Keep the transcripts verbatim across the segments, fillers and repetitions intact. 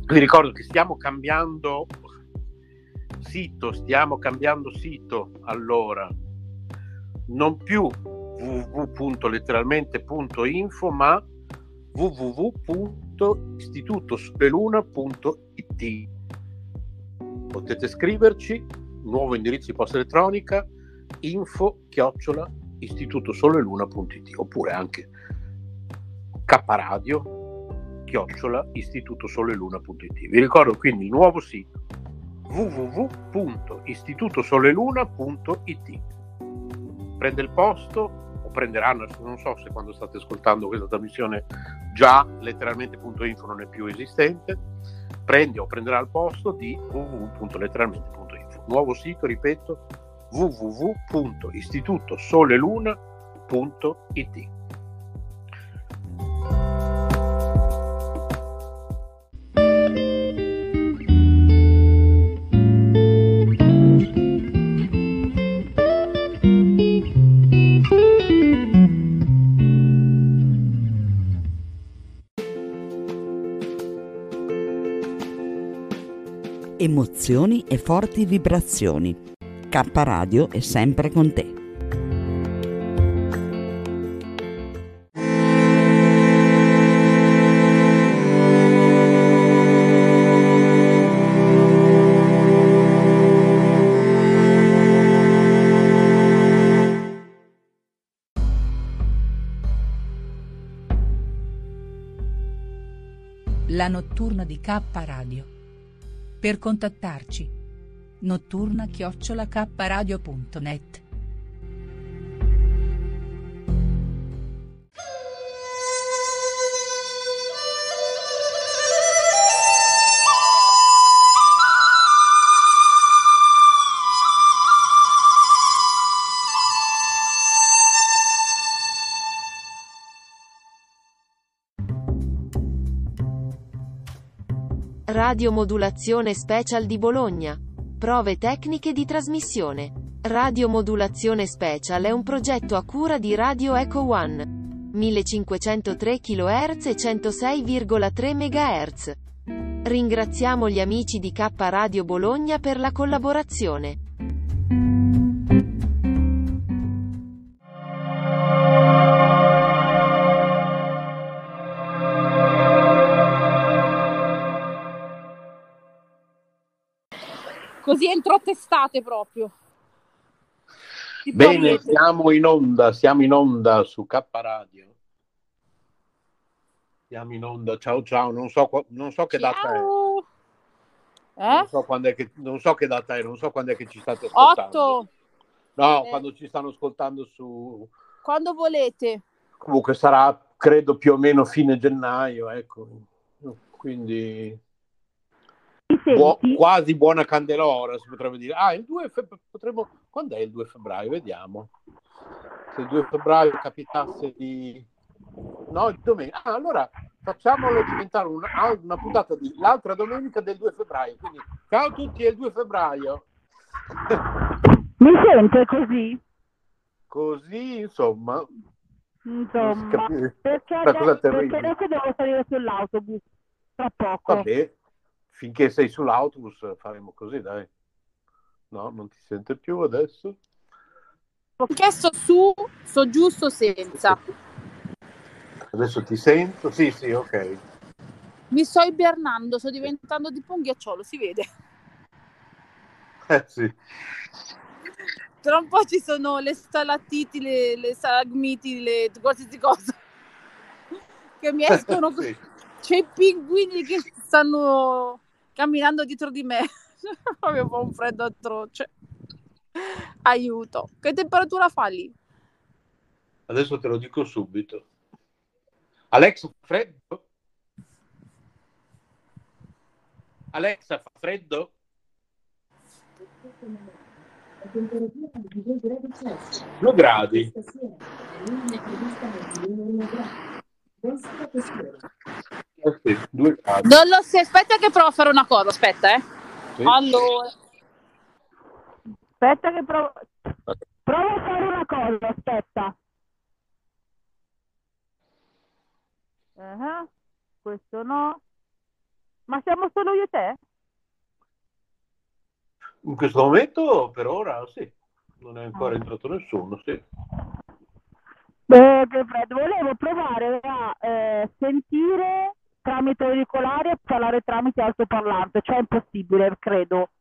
Vi ricordo che stiamo cambiando sito, stiamo cambiando sito, allora non più w w w punto letteralmente punto info ma w w w punto istituto soleluna punto i t. Potete scriverci, nuovo indirizzo di posta elettronica info chiocciola istitutosoleluna punto i t, oppure anche kradio chiocciola istitutosoleluna punto i t. Vi ricordo quindi il nuovo sito w w w punto istitutosoleluna punto i t. Prende il posto, o prenderanno, non so se quando state ascoltando questa trasmissione già letteralmente punto info non è più esistente, prende o prenderà il posto di w w w punto letteralmente punto info. Nuovo sito, ripeto, w w w punto istitutosoleluna punto i t. Emozioni e forti vibrazioni. K Radio è sempre con te. La notturna di K Radio. Per contattarci, notturna chiocciola k radio punto net. Radiomodulazione Special di Bologna. Prove tecniche di trasmissione. Radiomodulazione Special è un progetto a cura di Radio Echo One. millecinquecentotre chilohertz e centosei virgola tre megahertz. Ringraziamo gli amici di K Radio Bologna per la collaborazione. Così entro testate proprio. Ti Bene, prometto. siamo in onda, siamo in onda su K Radio. Siamo in onda, ciao ciao, non so, non so che data è. Eh? Non so quando è che, non so che data è, non so quando è che ci state ascoltando. Otto. No, Eh. quando ci stanno ascoltando su... Quando volete. Comunque sarà, credo, più o meno fine gennaio, ecco. Quindi... Buo, quasi buona candelora, si potrebbe dire. Ah, il due febbraio, potremmo... Quando è il due febbraio? Vediamo. Se il due febbraio capitasse di... No, il domenica. Ah, allora facciamolo diventare una, una puntata di l'altra domenica del due febbraio. Quindi, ciao a tutti, è il due febbraio. Mi sente così? Così, insomma. Insomma, perché cosa adesso, perché adesso devo salire sull'autobus. Tra poco. Vabbè. Finché sei sull'autobus faremo così, dai. No, non ti sente più adesso? Perché sto su, sto giù, sto senza. Adesso ti sento? Sì, sì, ok. Mi sto ibernando, sto diventando tipo un ghiacciolo, si vede. Eh sì. Tra un po' ci sono le stalattiti, le, le stalagmiti, le qualsiasi cosa che mi escono. Sì. C'è i pinguini che stanno camminando dietro di me. Avevo un freddo atroce. Aiuto. Che temperatura fa lì? Adesso te lo dico subito. Alexa, fa freddo? Alexa, fa freddo? Due gradi. Eh sì, due gradi. Non lo so, aspetta che provo a fare una cosa, aspetta, eh. Sì. Allora. Aspetta che provo. Provo a fare una cosa, aspetta. Uh-huh. Questo no. Ma siamo solo io e te? In questo momento, per ora, sì. Non è ancora Ah. entrato nessuno, sì. Beh, che freddo. Volevo provare a eh, sentire tramite auricolari e parlare tramite altoparlante, cioè è impossibile, credo.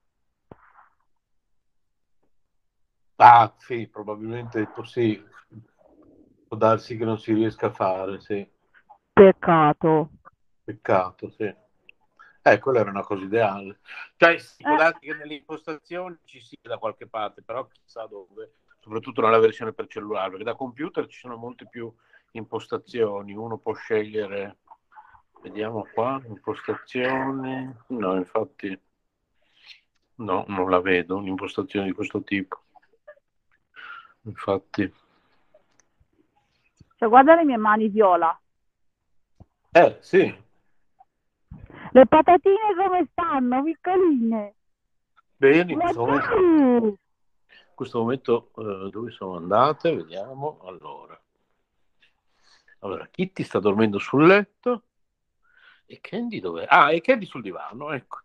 Ah, sì, probabilmente sì. Può darsi che non si riesca a fare, sì. Peccato. Peccato, sì. Eh, quella era una cosa ideale. Cioè, si può Eh, darsi che nelle impostazioni ci sia da qualche parte, però chissà dove, soprattutto nella versione per cellulare, perché da computer ci sono molte più impostazioni. Uno può scegliere, vediamo qua, impostazioni. No, infatti, no, non la vedo, un'impostazione di questo tipo. Infatti. cioè, guarda le mie mani viola. Eh, sì. Le patatine come stanno, piccoline? Bene, in Ma questo momento, dai! in questo momento eh, dove sono andate? Vediamo. Allora. Allora, Kitty sta dormendo sul letto. E Candy dov'è? Ah, e Candy sul divano, ecco.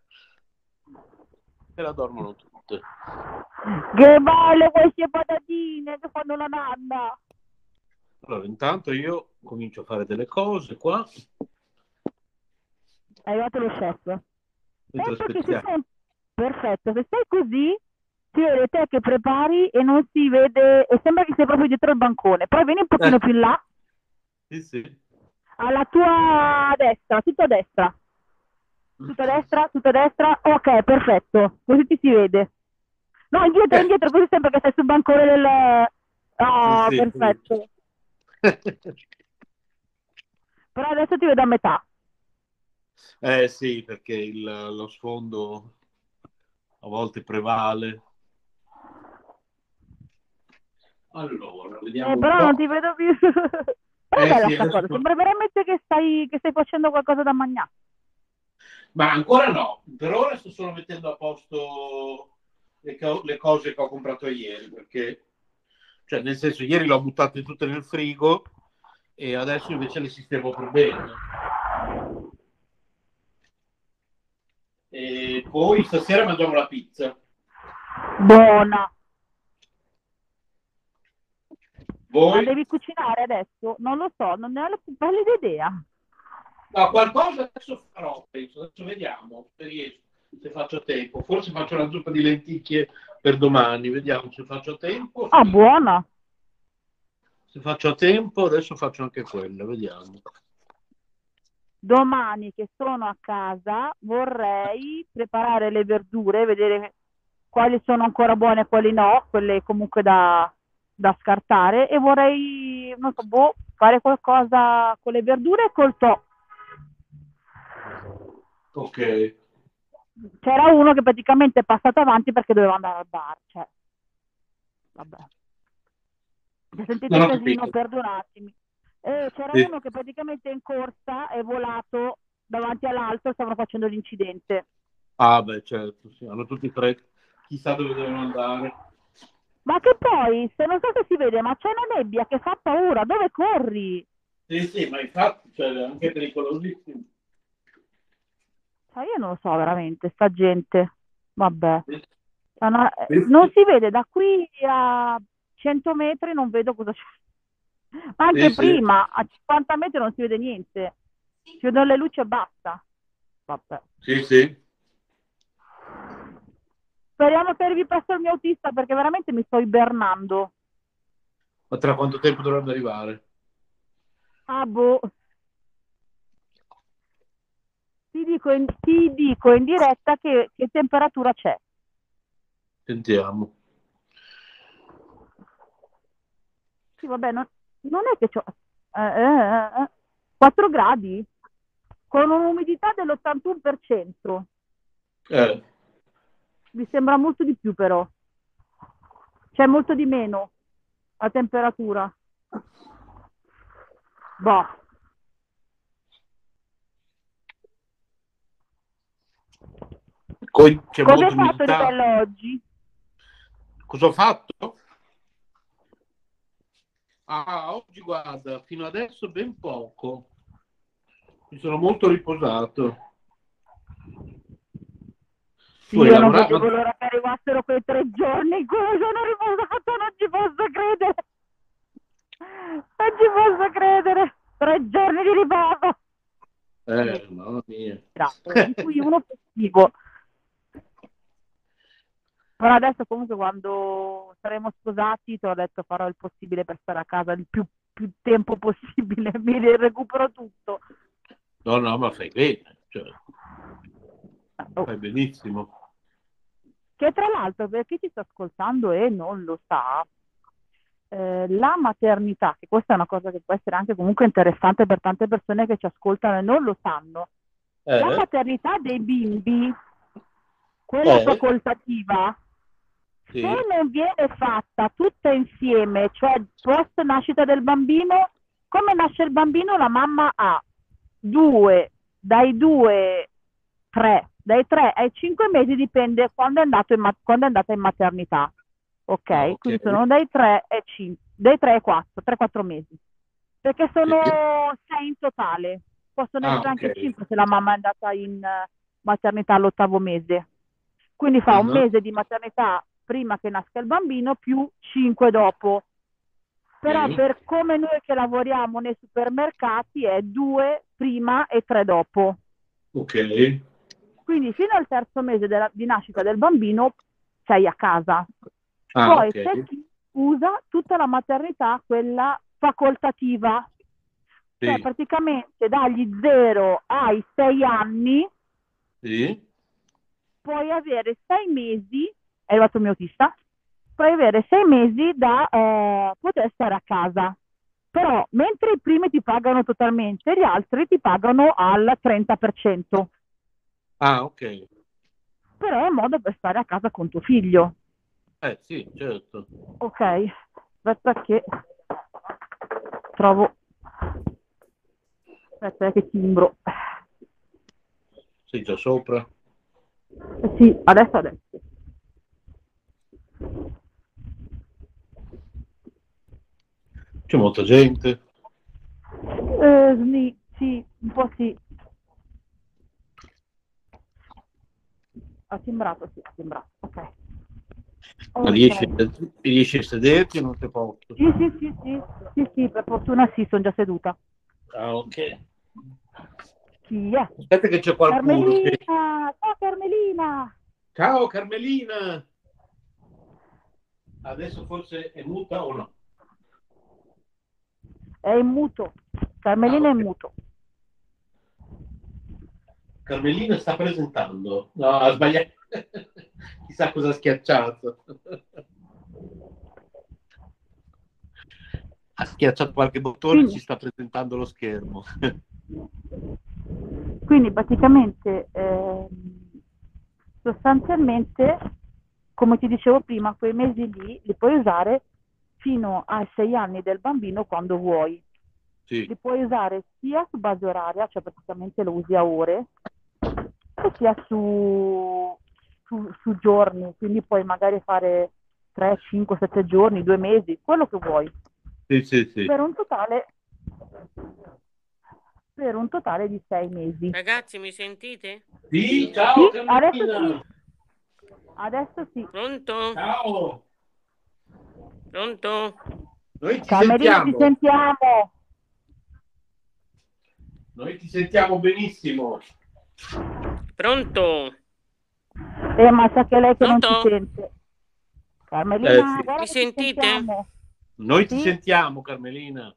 E la dormono tutte. Che belle queste patatine che fanno la nanna! Allora, intanto io comincio a fare delle cose qua. È arrivato lo chef. Mentre Penso che se aspettiamo. sei perfetto, se sei così, si vede te che prepari e non si vede, e sembra che sei proprio dietro il bancone. Poi vieni un pochino Eh, più in là, sì, sì. alla tua destra, tutto a destra, tutto a destra, tutto a destra. Ok, perfetto, così ti si vede. No, indietro, Eh, indietro, così sembra che sei sul bancone del... sì, Oh, sì. perfetto. Però adesso ti vedo a metà. Eh sì, perché il, lo sfondo a volte prevale. Allora, Eh, vediamo un però non po'. ti vedo più. Però è Eh bella sì, sta adesso... cosa, sembra veramente che stai, che stai facendo qualcosa da mangiare. Ma ancora no. Per ora sto solo mettendo a posto le, co- le cose che ho comprato ieri, perché, cioè, nel senso, ieri le ho buttate tutte nel frigo e adesso invece le sistemo per bene. E poi stasera mangiamo la pizza. Buona. Ma Voi? devi cucinare adesso? Non lo so, non ne ho la più pallida idea. No, qualcosa adesso farò, penso. Adesso vediamo se riesco, se faccio tempo. Forse faccio la zuppa di lenticchie per domani. Vediamo se faccio tempo. Ah, buona. Se faccio tempo, adesso faccio anche quella. Vediamo. Domani che sono a casa vorrei preparare le verdure, vedere quali sono ancora buone e quali no, quelle comunque da, da scartare e vorrei, non so, boh, fare qualcosa con le verdure e col tò. Ok. C'era uno che praticamente è passato avanti perché doveva andare al bar, cioè, vabbè. Se sentite Non il ho casino, capito. perdonatemi. E c'era Sì. uno che praticamente è in corsa, è volato davanti all'altro e stavano facendo l'incidente. Ah, beh, certo, sì. Hanno tutti fretta. Chissà dove devono andare. Ma che poi, se non so se si vede, ma c'è una nebbia che fa paura, dove corri? Sì, sì, ma infatti, cioè, è anche pericolosissimo. Cioè, io non lo so veramente, sta gente, vabbè. Sì, Cioè, no- eh, non sì, si vede da qui a cento metri, non vedo cosa c'è. Ma sì, anche sì. prima, a cinquanta metri non si vede niente. Si vedono le luci e basta. Vabbè. Sì, sì. Speriamo che arrivi presto il mio autista perché veramente mi sto ibernando. Ma tra quanto tempo dovrebbe arrivare? Ah, boh. Ti dico in, ti dico in diretta che, che temperatura c'è. Sentiamo. Sì, vabbè, non, non è che c'ho... Eh, eh, eh, quattro gradi? Con un'umidità dell'ottantuno per cento. Eh, Mi sembra molto di più però. C'è molto di meno la temperatura. Boh. poi c'è Cosa molta hai fatto di umidità. bello oggi? Cosa ho fatto? Ah, oggi guarda, fino adesso ben poco. Mi sono molto riposato. Sì, Tu hai io non lavorato? vedevo l'ora che arrivassero quei tre giorni in cui sono rimasta fatta, non ci posso credere. Non ci posso credere. Tre giorni di riposo. Eh, mamma mia. Di cui uno festivo. Però adesso comunque quando saremo sposati ti ho detto farò il possibile per stare a casa il più, più tempo possibile, mi recupero tutto. No, no, ma fai bene, cioè, Oh. fai benissimo. Che tra l'altro, per chi ci sta ascoltando e non lo sa, eh, la maternità, che questa è una cosa che può essere anche comunque interessante per tante persone che ci ascoltano e non lo sanno, Eh? la maternità dei bimbi, quella Eh? facoltativa, Sì. se non viene fatta tutta insieme, cioè post nascita del bambino, come nasce il bambino, la mamma ha due, dai due, tre, dai tre ai cinque mesi, dipende quando è, andato in ma- quando è andata in maternità. Ok? Ah, ok. Quindi sono dai tre ai cinque, dai tre ai quattro, tre quattro mesi. Perché sono Sì. sei in totale. Possono Ah, essere anche ok. cinque se la mamma è andata in eh, maternità all'ottavo mese. Quindi fa un Uh-huh. mese di maternità prima che nasca il bambino più cinque dopo. Però Sì. per come noi che lavoriamo nei supermercati è due prima e tre dopo. Ok. Quindi fino al terzo mese della- di nascita del bambino sei a casa. Ah, Poi ok. c'è chi usa tutta la maternità, quella facoltativa. Cioè Sì. praticamente dagli zero ai sei anni Sì. puoi avere sei mesi, è arrivato il mio autista, puoi avere sei mesi da eh, poter stare a casa. Però mentre i primi ti pagano totalmente, gli altri ti pagano al trenta per cento. Ah, ok. Però è un modo per stare a casa con tuo figlio. Eh, sì, certo. Ok, aspetta che trovo... Aspetta che timbro. Sei già sopra? Eh sì, adesso adesso. C'è molta gente. Eh, sì, sì, un po' sì. Ha timbrato, sì, ha timbrato. Ok. Ma Ok. riesci, riesci a sederti o non ti posso? Sì, sì, sì, sì, sì, sì, per fortuna sì, sono già seduta. Ah, ok. Chi è? Aspetta che c'è qualcuno. Carmelina! Che... Ciao Carmelina! Ciao Carmelina! Adesso forse è muta o no? È in muto. Carmelina Ah, è ok. in muto. Carmelina sta presentando. No, ha sbagliato. Chissà cosa ha schiacciato. Ha schiacciato qualche bottone e Quindi, ci sta presentando lo schermo. quindi praticamente, ehm, sostanzialmente, come ti dicevo prima, quei mesi lì li puoi usare fino ai sei anni del bambino quando vuoi. Sì. Li puoi usare sia su base oraria, cioè praticamente lo usi a ore, sia su, su, su giorni, quindi puoi magari fare tre, cinque, sette giorni, due mesi, quello che vuoi, Sì, sì, sì. per un totale, per un totale di sei mesi. Ragazzi, mi sentite? Sì, ciao Sì, adesso Carmelina. sì, adesso sì. Pronto? Ciao. Pronto? Noi ti Carmelina, ti sentiamo. sentiamo. Noi ti sentiamo benissimo. Pronto? Eh, ma sa che lei che non Pronto? ci sente. Carmelina, Eh, sì. guarda Mi che ti sentite? sentiamo. Noi ti Sì. sentiamo, Carmelina.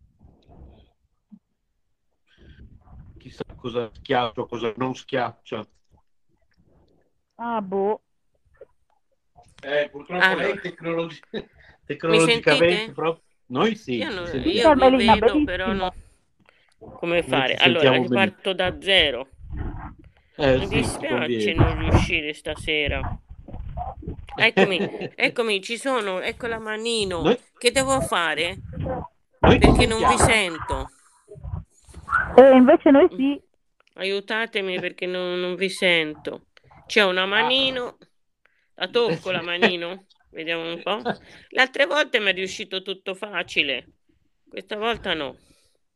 Chissà cosa schiaccia, cosa non schiaccia. Ah, boh. Eh, purtroppo Allora. lei tecnologi- Mi tecnologicamente sentite? proprio... Noi sì, Io, ti non- sentiamo. io vi Carmelina, vedo, però benissimo. non... Come Noi fare? ti Allora, sentiamo benissimo. riparto da zero. Eh Mi sì, ti dispiace conviene. non riuscire stasera. Eccomi, eccomi, ci sono, ecco la manino. Noi, Che devo fare? noi ti Perché non vi sentiamo. sento. E invece noi sì. Aiutatemi perché non, non vi sento. C'è una manino. La tocco la manino? Vediamo un po'. Le altre volte mi è riuscito tutto facile. Questa volta no.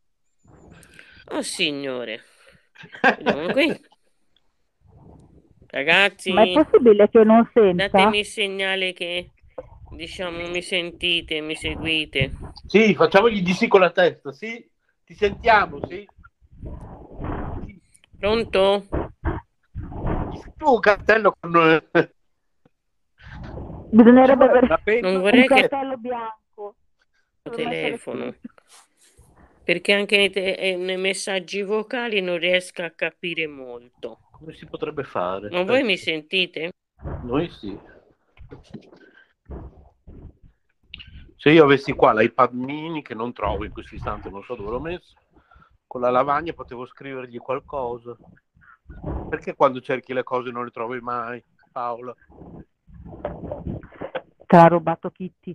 Oh signore. Vediamo qui. Ragazzi, Ma è possibile che non senta? datemi il segnale che, diciamo, mi sentite, mi seguite. Sì, facciamogli di sì con la testa, sì? Ti sentiamo, sì? Pronto? Tu un cartello con... Bisognerebbe avere La penna, Non un vorrei che cartello bianco. per mettere telefono, qui. perché anche nei, te- eh, nei messaggi vocali non riesco a capire molto. Come si potrebbe fare? Ma voi mi sentite? Noi sì. Se io avessi qua l'iPad mini, che non trovo in questo istante, non so dove l'ho messo, con la lavagna potevo scrivergli qualcosa. Perché quando cerchi le cose non le trovi mai, Paola? Te l'ha rubato Kitty.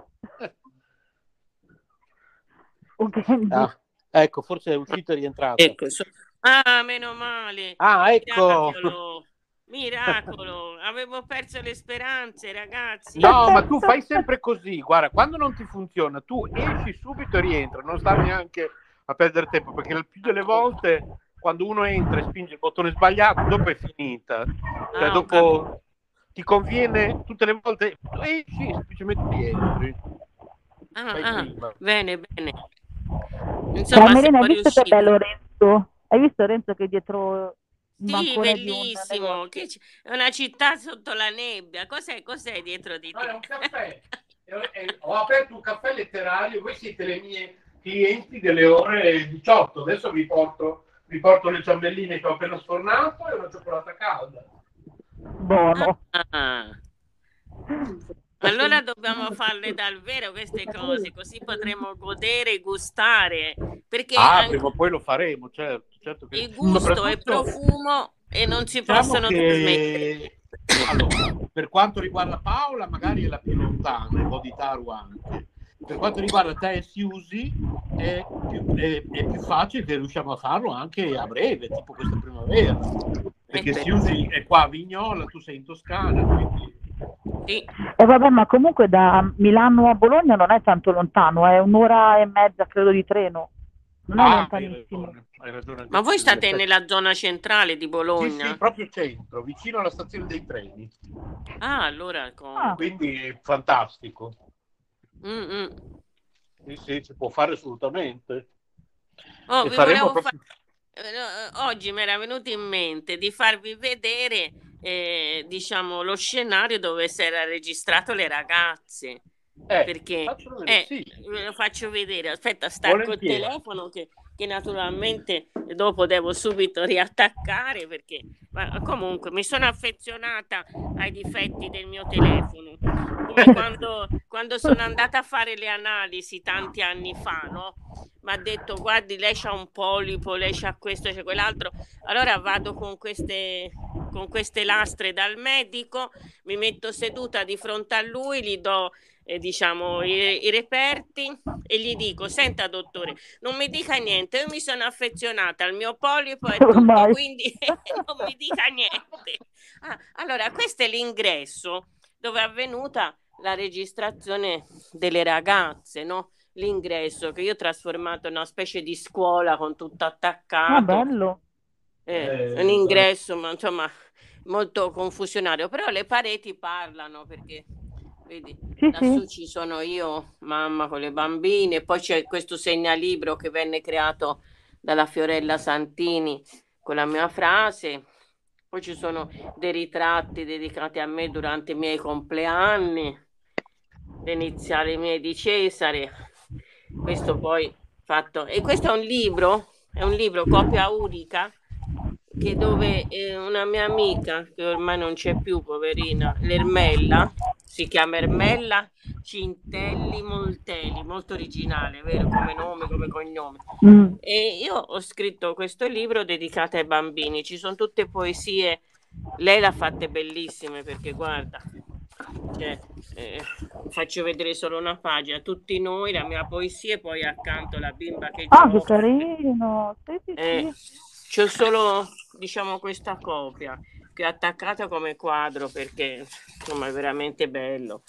O Candy. Ah, ecco, forse è uscita e rientrata. Ecco, so- ah, meno male. Ah, ecco! Miracolo, miracolo. Avevo perso le speranze, ragazzi. No, ma tu fai sempre così, guarda, quando non ti funziona, tu esci subito e rientri, non stai neanche a perdere tempo, perché il più delle volte quando uno entra e spinge il bottone sbagliato, dopo è finita. Cioè, Ah, ho dopo ti conviene tutte le volte, tu esci e semplicemente rientri. Ah, Fai ah, prima. bene, bene. Insomma, Carmelina, hai siamo visto che riusciti. bello Renzo? Hai visto Renzo che dietro il Sì, bancone di un bellissimo. negozio? Che c- è una città sotto la nebbia. Cos'è, cos'è dietro di No, è te? un caffè. E- e- Ho aperto un caffè letterario, voi siete le mie clienti delle ore diciotto. Adesso vi porto, vi porto le ciambelline che ho appena sfornato e una cioccolata calda. Buono. Ah, allora dobbiamo farle dal vero queste cose, così potremo godere e gustare. Perché Ah, anche prima o poi lo faremo, certo. certo che... il gusto e il Soprattutto, profumo e non si diciamo possono permettere. che allora, per quanto riguarda Paola, magari è la più lontana, e Bodhitaru anche. Per quanto riguarda te e Siusi, è più, è, è più facile che riusciamo a farlo anche a breve, tipo questa primavera. Perché Eh, Siusi è qua a Vignola, tu sei in Toscana, quindi... Sì. E vabbè, ma comunque da Milano a Bologna non è tanto lontano, è un'ora e mezza, credo, di treno. Non è Ah, hai lontanissimo. ragione, hai ragione anche Ma voi tu, state in effetti. nella zona centrale di Sì, Bologna? sì, proprio centro, vicino alla stazione dei treni. Ah, allora Ah. Quindi fantastico. Mm, mm. Sì, sì, si può fare assolutamente. Oh, E vi faremo volevo proprio... fa- eh, oggi mi era venuto in mente di farvi vedere, eh, diciamo, lo scenario dove si era registrato le ragazze. Eh, Perché faccio vedere, eh, sì. ve lo faccio vedere. Aspetta, stacco il Volentieri. telefono che, che naturalmente dopo devo subito riattaccare perché ma comunque mi sono affezionata ai difetti del mio telefono. Come quando, quando sono andata a fare le analisi tanti anni fa, no? Mi ha detto guardi, lei c'ha un polipo, lei c'ha questo, c'è quell'altro. Allora vado con queste, con queste lastre dal medico, mi metto seduta di fronte a lui, gli do eh, diciamo i, i reperti e gli dico senta dottore, non mi dica niente, io mi sono affezionata al mio polipo e tutto, Ormai. quindi non mi dica niente. Ah, allora questo è l'ingresso dove è avvenuta la registrazione delle ragazze, no? L'ingresso che io ho trasformato in una specie di scuola con tutto Ah, attaccato. bello. Eh, Eh, un ingresso, ma insomma, molto confusionario, però le pareti parlano perché, vedi, Sì, lassù sì. ci sono io, mamma con le bambine, e poi c'è questo segnalibro che venne creato dalla Fiorella Santini con la mia frase, poi ci sono dei ritratti dedicati a me durante i miei compleanni, le iniziali mie di Cesare, questo poi fatto, e questo è un libro, è un libro copia unica, che dove eh, una mia amica, che ormai non c'è più, poverina, l'Ermella, si chiama Ermella Cintelli Molteli, molto originale, vero? Come nome, come cognome. Mm. E io ho scritto questo libro dedicato ai bambini, ci sono tutte poesie, lei l'ha fatte bellissime perché guarda, cioè, eh, faccio vedere solo una pagina, tutti noi, la mia poesia e poi accanto la bimba che Ah, che gioca. carino. Sì, sì, Eh, sì. c'ho solo, diciamo, questa copia che è attaccata come quadro perché, insomma, è veramente bello.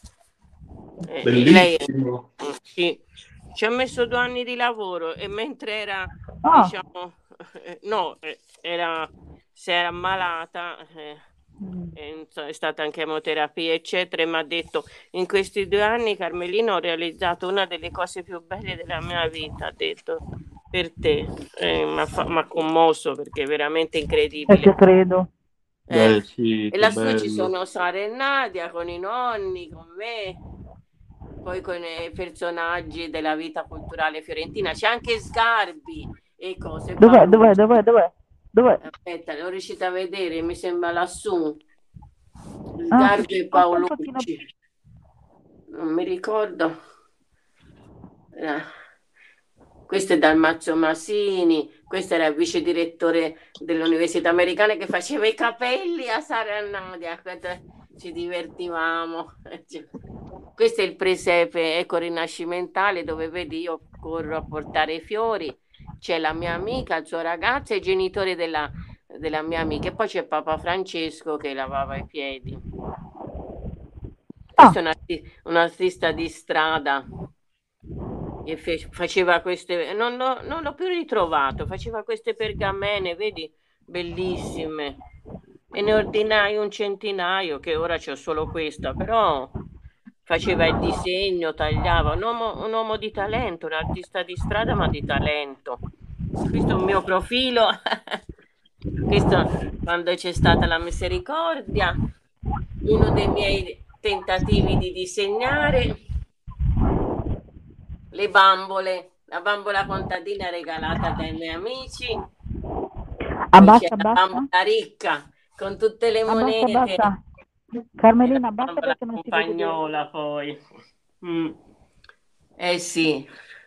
Eh, lei, bellissimo. mm, sì, ci ha messo due anni di lavoro e mentre era, Ah. diciamo, eh, no, eh, era, si era ammalata, eh, Mm. e, insomma, è stata anche chemoterapia, eccetera, e mi ha detto: in questi due anni, Carmelina, ho realizzato una delle cose più belle della mia vita, ha detto, per te. Eh, mi ha fa- m'ha commosso perché è veramente E incredibile. te credo. Eh, Eh sì, E che lassù ci bello. sono Sara e Nadia con i nonni, con me, poi con i personaggi della vita culturale fiorentina. C'è anche Sgarbi e cose. Dov'è, dov'è, Paolucci. dov'è, dov'è? Dov'è? Aspetta, l'ho riuscita a vedere, mi sembra lassù. Ah, Sgarbi e forse un pochino... Paolucci. Non mi ricordo. Eh, Questo è Dalmazio Masini, questo era il vice direttore dell'Università Americana che faceva i capelli a Sara e Nadia. Ci divertivamo. Questo è il presepe eco rinascimentale dove vedi io corro a portare i fiori. C'è la mia amica, il suo ragazzo e i genitori della, della mia amica. E poi c'è Papa Francesco che lavava i piedi. Questo è un, arti- un artista di strada che fe- faceva queste, non, l'ho- non l'ho più ritrovato, faceva queste pergamene, vedi, bellissime. E ne ordinai un centinaio, che ora c'ho solo questa, però faceva il disegno, tagliava, un uomo, un uomo di talento, un artista di strada, ma di talento. Questo è un mio profilo. Questo quando c'è stata la misericordia, uno dei miei tentativi di disegnare le bambole, la bambola contadina regalata dai miei amici, poi c'è Abbassa, la abbassa. bambola ricca con tutte le Abbassa, monete abbassa. e la Carmelina, abbassa bambola perché non si vede bene. compagnola poi. Mm. Eh sì.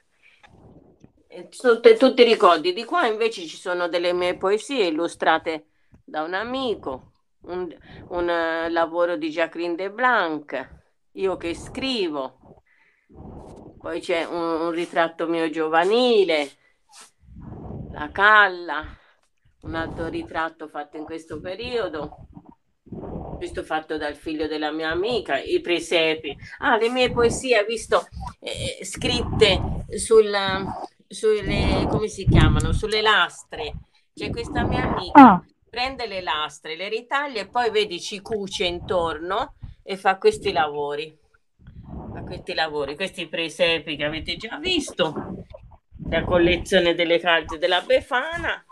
E tutte- tutti i ricordi. Di qua invece ci sono delle mie poesie illustrate da un amico, un, un, eh, lavoro di Jacqueline de Blanc, io che scrivo. Poi c'è un, un ritratto mio giovanile, la Calla, un altro ritratto fatto in questo periodo, questo fatto dal figlio della mia amica, i presepi. Ah, le mie poesie, hai visto, eh, scritte sul, sulle, come si chiamano, sulle lastre. C'è questa mia amica, Ah, prende le lastre, le ritaglia e poi vedi ci cuce intorno e fa questi lavori. A questi lavori, questi presepi che avete già visto, la collezione delle carte della Befana,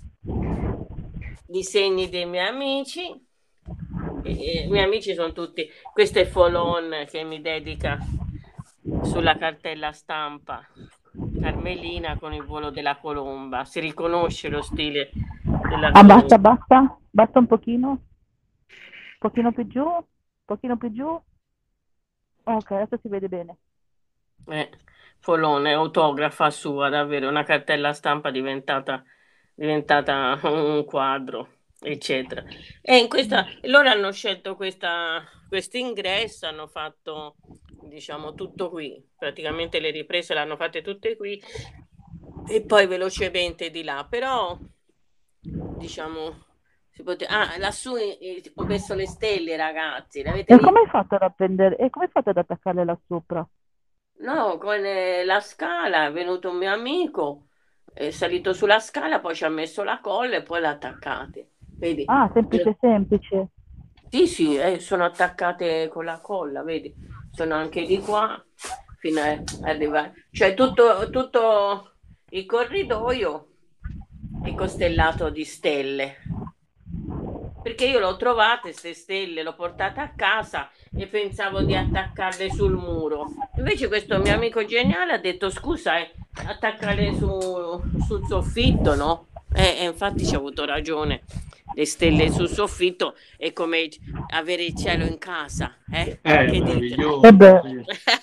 disegni dei miei amici. E, e, I miei amici sono tutti. Questo è Folon che mi dedica sulla cartella stampa. Carmelina con il volo della colomba. Si riconosce lo stile della abbassa, colomba. abbassa. Basta un pochino. Un pochino più giù. Un pochino più giù. Ok, adesso si vede bene. Eh, Folon è autografa sua, davvero, una cartella stampa diventata, diventata un quadro, eccetera. E in questa, loro hanno scelto questa, questo ingresso, hanno fatto, diciamo, tutto qui, praticamente le riprese le hanno fatte tutte qui e poi velocemente di là, però, diciamo, si pote- ah, lassù eh, ho messo le stelle, ragazzi, le avete E viste? come hai fatto ad appendere? E come hai fatto ad attaccarle là sopra? No, con eh, la scala è venuto un mio amico, è salito sulla scala, poi ci ha messo la colla e poi l'ha attaccate. Vedi? Ah, semplice, semplice. Sì, sì, eh, sono attaccate con la colla, vedi? Sono anche di qua fino a arrivare. Cioè tutto, tutto il corridoio è costellato di stelle. Perché io l'ho trovate queste stelle, l'ho portate a casa e pensavo di attaccarle sul muro. Invece questo mio amico geniale ha detto: scusa, eh, attaccarle su, sul soffitto, no? E, e infatti ci ha avuto ragione. Le stelle sul soffitto è come avere il cielo in casa, eh? Eh, Che dite? meraviglioso. E beh, Sì.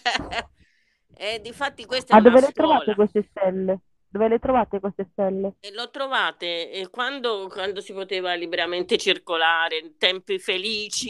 E difatti questa è ma una dove le trovate scuola. queste stelle? Dove le trovate queste stelle? E lo trovate eh, quando, quando si poteva liberamente circolare, in tempi felici,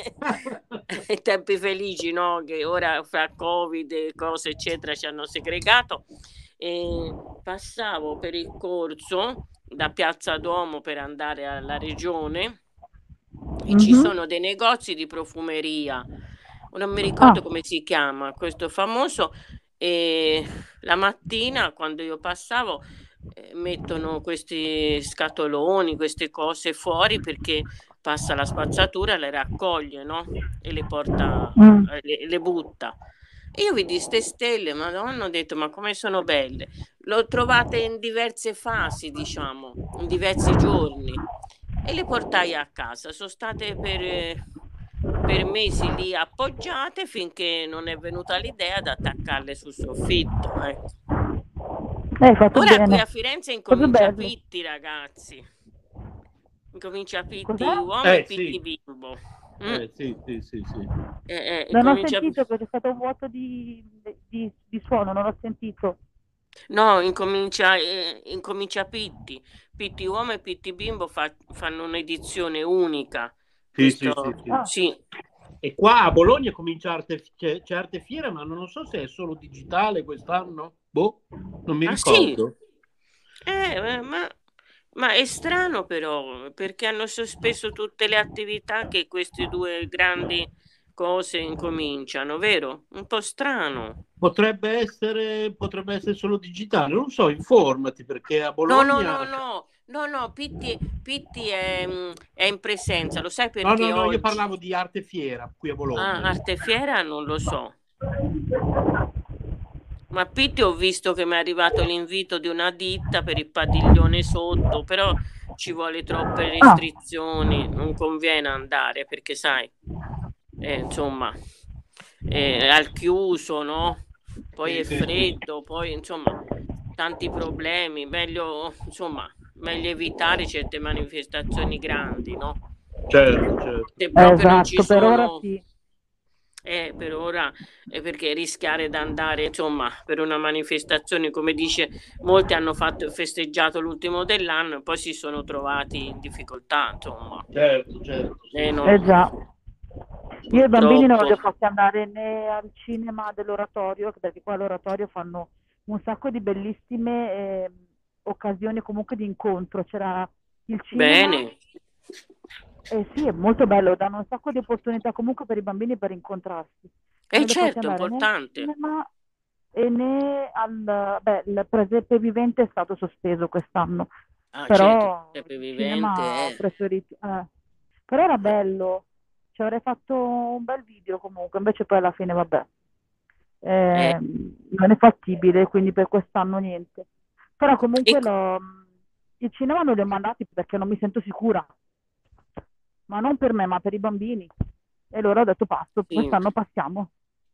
in tempi felici, no? Che ora fra Covid e cose eccetera ci hanno segregato. E passavo per il corso da Piazza Duomo per andare alla regione e ci Mhm. sono dei negozi di profumeria. Non mi ricordo Ah, come si chiama questo famoso. E la mattina quando io passavo eh, mettono questi scatoloni, queste cose fuori perché passa la spazzatura, le raccoglie, no? E le porta, Mm. le, le butta. E io vidi ste stelle, madonna, ho detto, ma come sono belle. L'ho trovate in diverse fasi, diciamo, in diversi giorni. E le portai a casa. Sono state per, eh, per mesi lì appoggiate finché non è venuta l'idea di attaccarle sul soffitto. Ecco. Eh, hai fatto Ora qui bene. a Firenze Proprio incomincia bello. Pitti, ragazzi. Incomincia Pitti Cos'è? uomo Eh, e Pitti sì. bimbo. Mm. Eh, sì, sì, sì, sì. Eh, eh, Non ho incomincia- sentito perché è stato un vuoto di, di, di suono, non ho sentito. No, incomincia, eh, incomincia Pitti. Pitti uomo e Pitti bimbo fa- fanno un'edizione unica. Sì, sì, Questo- sì, sì. Ah. sì. E qua a Bologna comincia arte, c'è, c'è Arte Fiera, ma non so se è solo digitale quest'anno. Boh, non mi Ah, sì? ricordo. Eh, eh, ma, ma è strano però, perché hanno sospeso tutte le attività che queste due grandi cose incominciano, vero? Un po' strano. Potrebbe essere, potrebbe essere solo digitale, non so, informati perché a No, Bologna... no, no, no, no, no, Pitti, Pitti è, mm, è in presenza, lo sai No, perché no, no, io oggi? parlavo di Arte Fiera qui a Ah, Bologna. Arte Fiera non lo so. Ma Pitti ho visto che mi è arrivato l'invito di una ditta per il padiglione sotto, però ci vuole troppe restrizioni, non conviene andare perché sai, eh, insomma, è al chiuso, no? Poi Sì, è sì, sì. freddo, poi insomma, tanti problemi, meglio, insomma, meglio evitare certe manifestazioni grandi, no? Certo, certo. Se proprio non ci Esatto, per ora sono... sì. Eh, per ora, eh, perché rischiare di andare, insomma, per una manifestazione, come dice, molti hanno fatto, festeggiato l'ultimo dell'anno e poi si sono trovati in difficoltà, insomma. Certo, certo. Sì, Eh, sì. no. Eh già. Io i bambini non li ho Purtroppo. fatti andare né al cinema dell'oratorio, perché qua all'oratorio fanno un sacco di bellissime eh, occasioni comunque di incontro. C'era il cinema. Bene. Eh sì, è molto bello, danno un sacco di opportunità comunque per i bambini per incontrarsi. Eh, Non li ho fatti certo, è andare né al importante. cinema e né al... Beh, il presepe vivente è stato sospeso quest'anno, Ah, però certo, il il vivente cinema ho è... preferito... eh. Però era bello, ci avrei fatto un bel video comunque, invece poi alla fine vabbè, Eh. eh, non è fattibile, quindi per quest'anno niente. Però comunque E- lo- il cinema non li ho mandati perché non mi sento sicura, ma non per me, ma per i bambini. E allora ho detto passo, Sì. quest'anno passiamo.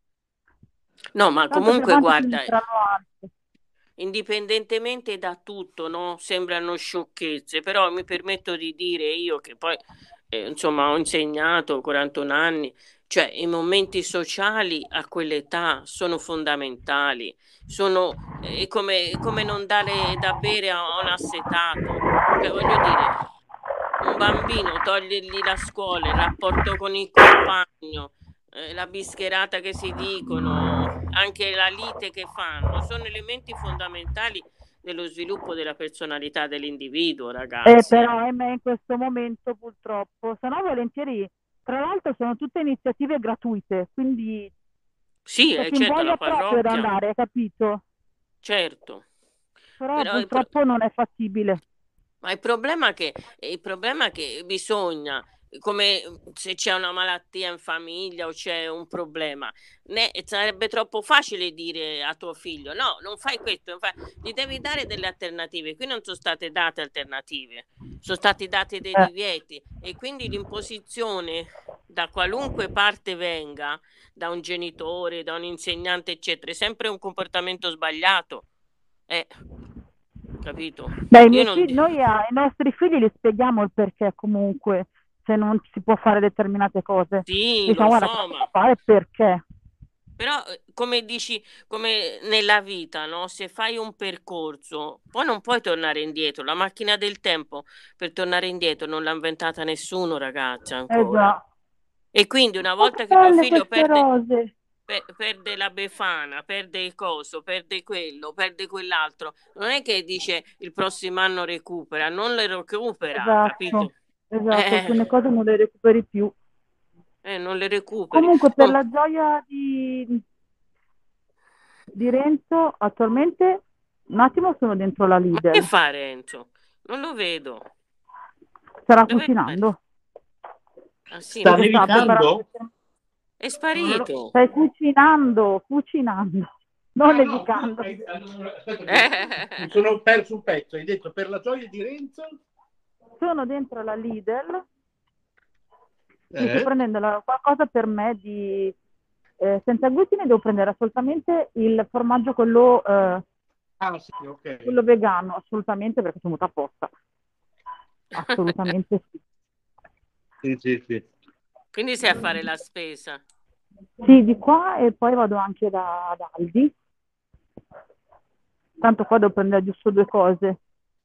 No, ma Tanto più comunque, avanti guarda, inizieranno anche. indipendentemente da tutto, no? Sembrano sciocchezze, però mi permetto di dire io che poi, eh, insomma, ho insegnato quarantuno anni, cioè i momenti sociali a quell'età sono fondamentali, sono eh, come, come non dare da bere a un assetato, cioè voglio dire, un bambino togliergli la scuola, il rapporto con il compagno, eh, la bischerata che si dicono, anche la lite che fanno, sono elementi fondamentali dello sviluppo della personalità dell'individuo, Eh, ragazzi. però ahimè in questo momento purtroppo, se no volentieri, tra l'altro sono tutte iniziative gratuite, quindi Sì, c'è è chi certo, la invoglia proprio ad parrocchia, andare, capito? certo. Però Però il pro- purtroppo non è fattibile. Ma il problema è che, il problema è che bisogna, come se c'è una malattia in famiglia o c'è un problema, né, sarebbe troppo facile dire a tuo figlio: no, non fai questo, non fai... gli devi dare delle alternative. Qui non sono state date alternative, sono stati dati dei Eh. divieti e quindi l'imposizione da qualunque parte venga, da un genitore, da un insegnante, eccetera, è sempre un comportamento sbagliato. Eh, capito? Beh, i Io miei non figli- di- noi ai nostri figli li spieghiamo il perché comunque, se non si può fare determinate cose. Sì, Diciamo, lo guarda, so, cosa si ma può fare perché. però eh, come dici, come nella vita, no? Se fai un percorso, poi non puoi tornare indietro. La macchina del tempo per tornare indietro non l'ha inventata nessuno, ragazzi, Eh ancora. già. E quindi una Ma che volta che tuo belle figlio queste perde, rose. pe- perde la befana, perde il coso, perde quello, perde quell'altro, non è che dice il prossimo anno recupera, non le recupera, Esatto, capito? esatto, alcune Eh, cose non le recuperi più. eh, non le recuperi. Comunque, per Com- la gioia di, di Renzo, attualmente, un attimo sono dentro la Ma che Lidl. fa Renzo? Non lo vedo. Starà Dove è? cucinando. Ah, sì, Sta ma Perché sta nevicando? preparando... è sparito. Stai cucinando, cucinando, non Ah no, nevicando. tu hai- allora, aspetta che mi sono perso un pezzo. Hai detto per la gioia di Renzo? Sono dentro la Lidl, mi sto Eh? prendendo la- qualcosa per me di eh, senza glutine, devo prendere assolutamente il formaggio quello, eh, Ah sì, ok. quello vegano, assolutamente, perché sono venuta apposta. Assolutamente sì. Sì, sì, sì. Quindi sei a fare la spesa. Sì, di qua e poi vado anche da, da Aldi. Tanto qua devo prendere giusto due cose.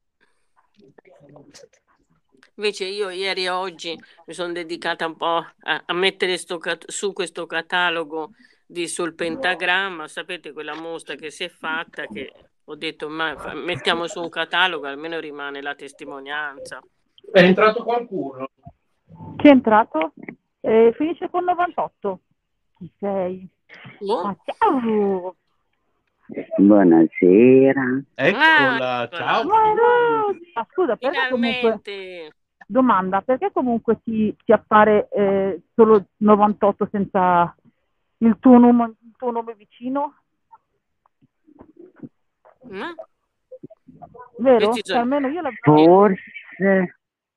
Invece io ieri e oggi mi sono dedicata un po' a, a mettere sto cat- su questo catalogo di sul pentagramma, sapete quella mostra che si è fatta, che ho detto ma fa- mettiamo su un catalogo, almeno rimane la testimonianza. È entrato qualcuno? Chi è entrato? Eh, finisce con novantotto. Chi sei? Oh. Ah, ciao! Buonasera. Eccola, Ah, ciao. Ma no! Ah, scusa, perché comunque... finalmente. Domanda, perché comunque ti, ti appare eh, solo novantotto senza il tuo nome, il tuo nome vicino? Mm? Vero? Questi Che sono almeno io l'avevo... Forse,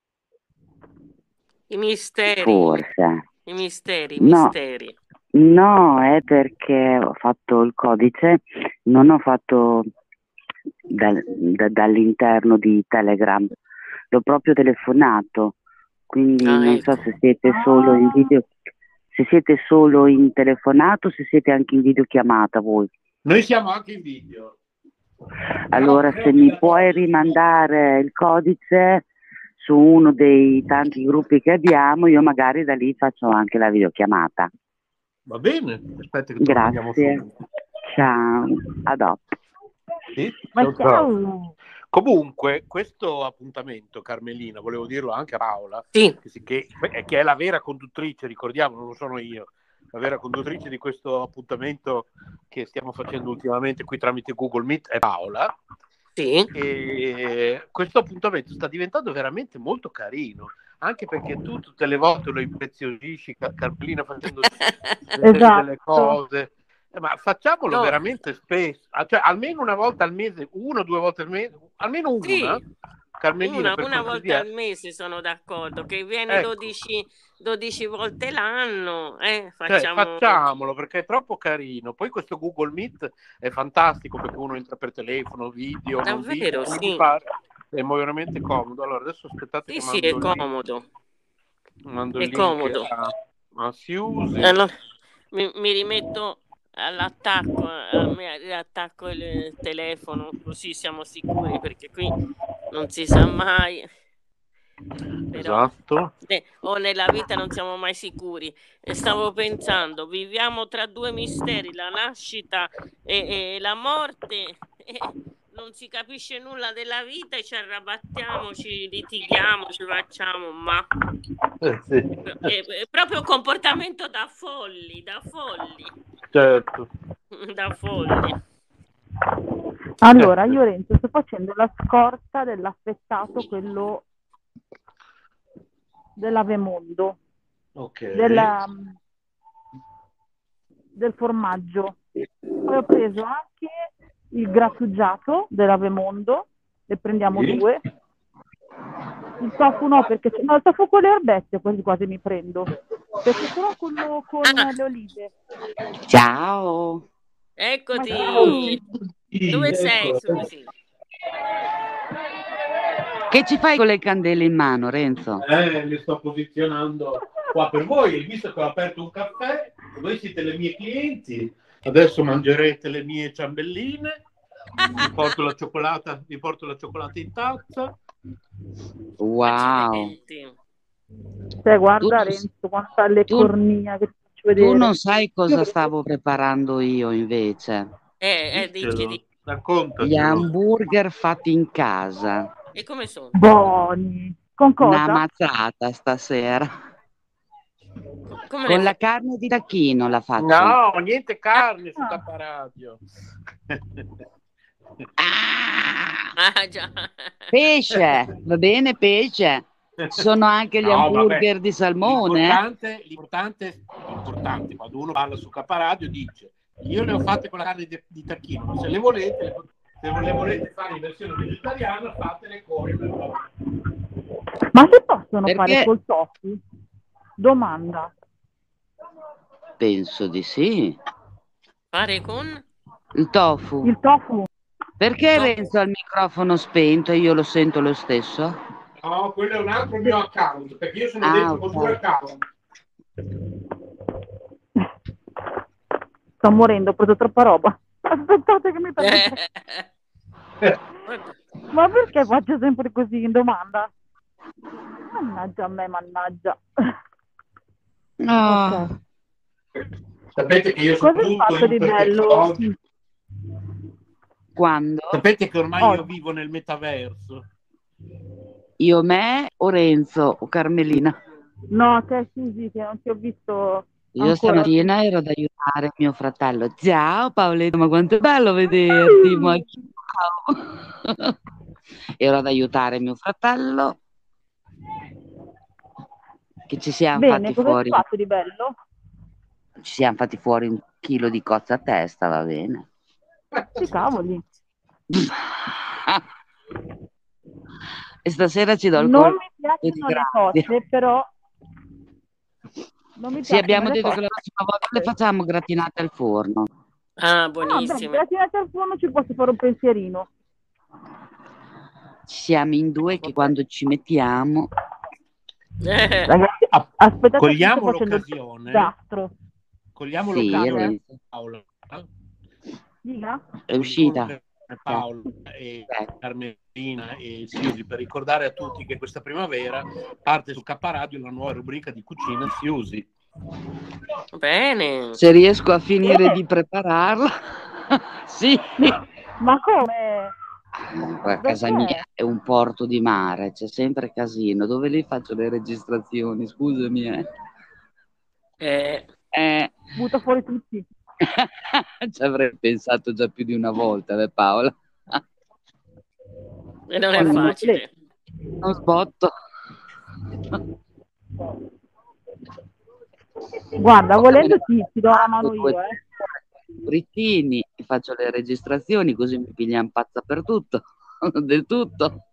i misteri, forse. i misteri, i No, misteri. no, è perché ho fatto il codice, non ho fatto dal- da- dall'interno di Telegram, l'ho proprio telefonato, quindi Ah, non so ecco. se siete solo in video, se siete solo in telefonato, se siete anche in videochiamata voi. Noi siamo anche in video. Allora, Però è se mi obbligatorio. puoi rimandare il codice su uno dei tanti gruppi che abbiamo, io magari da lì faccio anche la videochiamata. Va bene, aspetta che te lo mandiamo Grazie. subito. Ciao, a dopo. Sì? Ma Ciao, ciao. ciao! Comunque, questo appuntamento, Carmelina, volevo dirlo anche a Paola, Sì. che, si- che- che è la vera conduttrice, ricordiamo, non sono io, la vera conduttrice di questo appuntamento che stiamo facendo ultimamente qui tramite Google Meet è Paola. Sì. E questo appuntamento sta diventando veramente molto carino, anche perché tu tutte le volte lo impreziosisci, Car- Carmelina, facendo vedere Esatto. delle cose. Eh, ma facciamolo No. veramente spesso, ah, cioè almeno una volta al mese, una o due volte al mese, almeno una, Sì. Carmelina, Una, per una volta cortesia. al mese sono d'accordo, che viene Ecco. dodici, dodici volte l'anno, eh, Cioè, facciamo... facciamolo perché è troppo carino. Poi questo Google Meet è fantastico perché uno entra per telefono, video, non video, Davvero, come gli sì. pare. È veramente comodo. Allora, adesso aspettate Sì, che sì, mando è il link, comodo, mando è il link comodo. a, a Siusi. Allora, mi, mi rimetto all'attacco, a- mi riattacco il telefono, così siamo sicuri, perché qui non si sa mai. Però Esatto. eh, o nella vita non siamo mai sicuri. E stavo pensando, viviamo tra due misteri, la nascita e, e la morte, e non si capisce nulla della vita e ci arrabattiamo, ci litighiamo, ci facciamo, ma Eh, sì. è, è proprio un comportamento da folli, da folli, Certo. da folli. Allora, io Renzo sto facendo la scorta dell'affettato, quello dell'Avemondo, Ok. della, del formaggio. Poi ho preso anche il grattugiato dell'Avemondo, ne prendiamo Sì. due. Il tofu no, perché c'è- no, il tofu con le erbette quasi quasi mi prendo, perché solo quello con Ah. le olive. Ciao. Ma Eccoti, Sì, dove sei, ecco. Susi? Che ci fai con le candele in mano, Renzo? Eh, le sto posizionando qua per voi, visto che ho aperto un caffè, voi siete le mie clienti, adesso mangerete le mie ciambelline, vi porto la cioccolata, vi porto la cioccolata in tazza. Wow. Accidenti. Cioè, guarda Tu- Renzo, quanta le tu- cornia che ti faccio vedere. Tu non sai cosa stavo preparando io invece. Eh, eh, dici, Dicelo, dici. Gli raccontacelo. hamburger fatti in casa. E come sono? Buoni. Con Una cosa? mazzata stasera. Come Con le la fai? carne di tacchino la faccio. No, niente carne su Ah. K Radio. Ah, Ah, già. pesce, va bene pesce. sono anche gli No, hamburger vabbè. di salmone. eh? L'importante, l'importante, l'importante, quando uno parla su K Radio dice io le ho fatte con la carne di, di tacchino, ma se le volete, le- se le volete fare in versione vegetariana, fatele con. Ma si possono Perché? fare col tofu? Domanda. Penso di sì. Fare con? Il tofu. Il tofu? Perché Tofu. Renzo ha il microfono spento e io lo sento lo stesso? No, quello è un altro mio account, perché io sono Ah, dentro ok. con due account. Sto morendo, ho preso troppa roba. Aspettate che mi prendo. Guarda. Ma perché faccio sempre così in domanda? Mannaggia a me, mannaggia. Ah, Ok. Sapete che io sono Cosa hai tutto fatto di bello? ipertecnologico. quando? Sapete che ormai Oh. io vivo nel metaverso. Io, me o Renzo o Carmelina? No, te Susi, che non ti ho visto Io ancora. stamattina ero ad aiutare mio fratello. Ciao Paoletto, ma quanto è bello vederti, ma ciao. Ero ad aiutare mio fratello, che ci siamo Bene, fatti cosa hai fuori, fatto di bello? ci siamo fatti fuori un chilo di cozza a testa, va bene. Sì, cavoli. E stasera ci do il Non colpo mi di piacciono le grazia. cozze, però non mi Sì, abbiamo piacciono le detto che cozze. la prossima volta le facciamo gratinate al forno. Ah, Ah, beh, buonissime. gratinate al forno ci posso fare un pensierino. Ci siamo in due che quando ci mettiamo Eh, Ragazzi, Ah, aspettate che cogliamo sto facendo il l'occasione, disastro. cogliamo sì, l'occasione, Renzo, Paola, Dica? è uscita. per Paolo e Carmelina e Siusi, per ricordare a tutti che questa primavera parte su K Radio la nuova rubrica di cucina Siusi. bene. Se riesco a finire Eh. di prepararla, sì. Ma come? Qua a casa Perché? mia è un porto di mare, c'è sempre casino. Dove li faccio le registrazioni? Scusami. Eh. Eh, Eh. Butta fuori tutti. Ci avrei pensato già più di una volta, eh, Paola. e non è Guarda, facile. Non sbotto. Guarda, Poi me volendo ne ti, ti do una mano due io, eh. brittini, mi faccio le registrazioni così mi pigliano pazza per tutto, del tutto.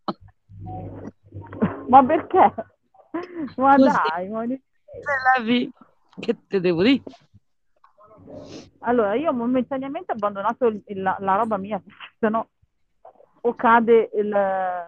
Ma perché? Ma Così. dai, ma... Se la vi, che te devo dire? Allora, io ho momentaneamente abbandonato il- il- la, la roba mia, perché sennò o cade il,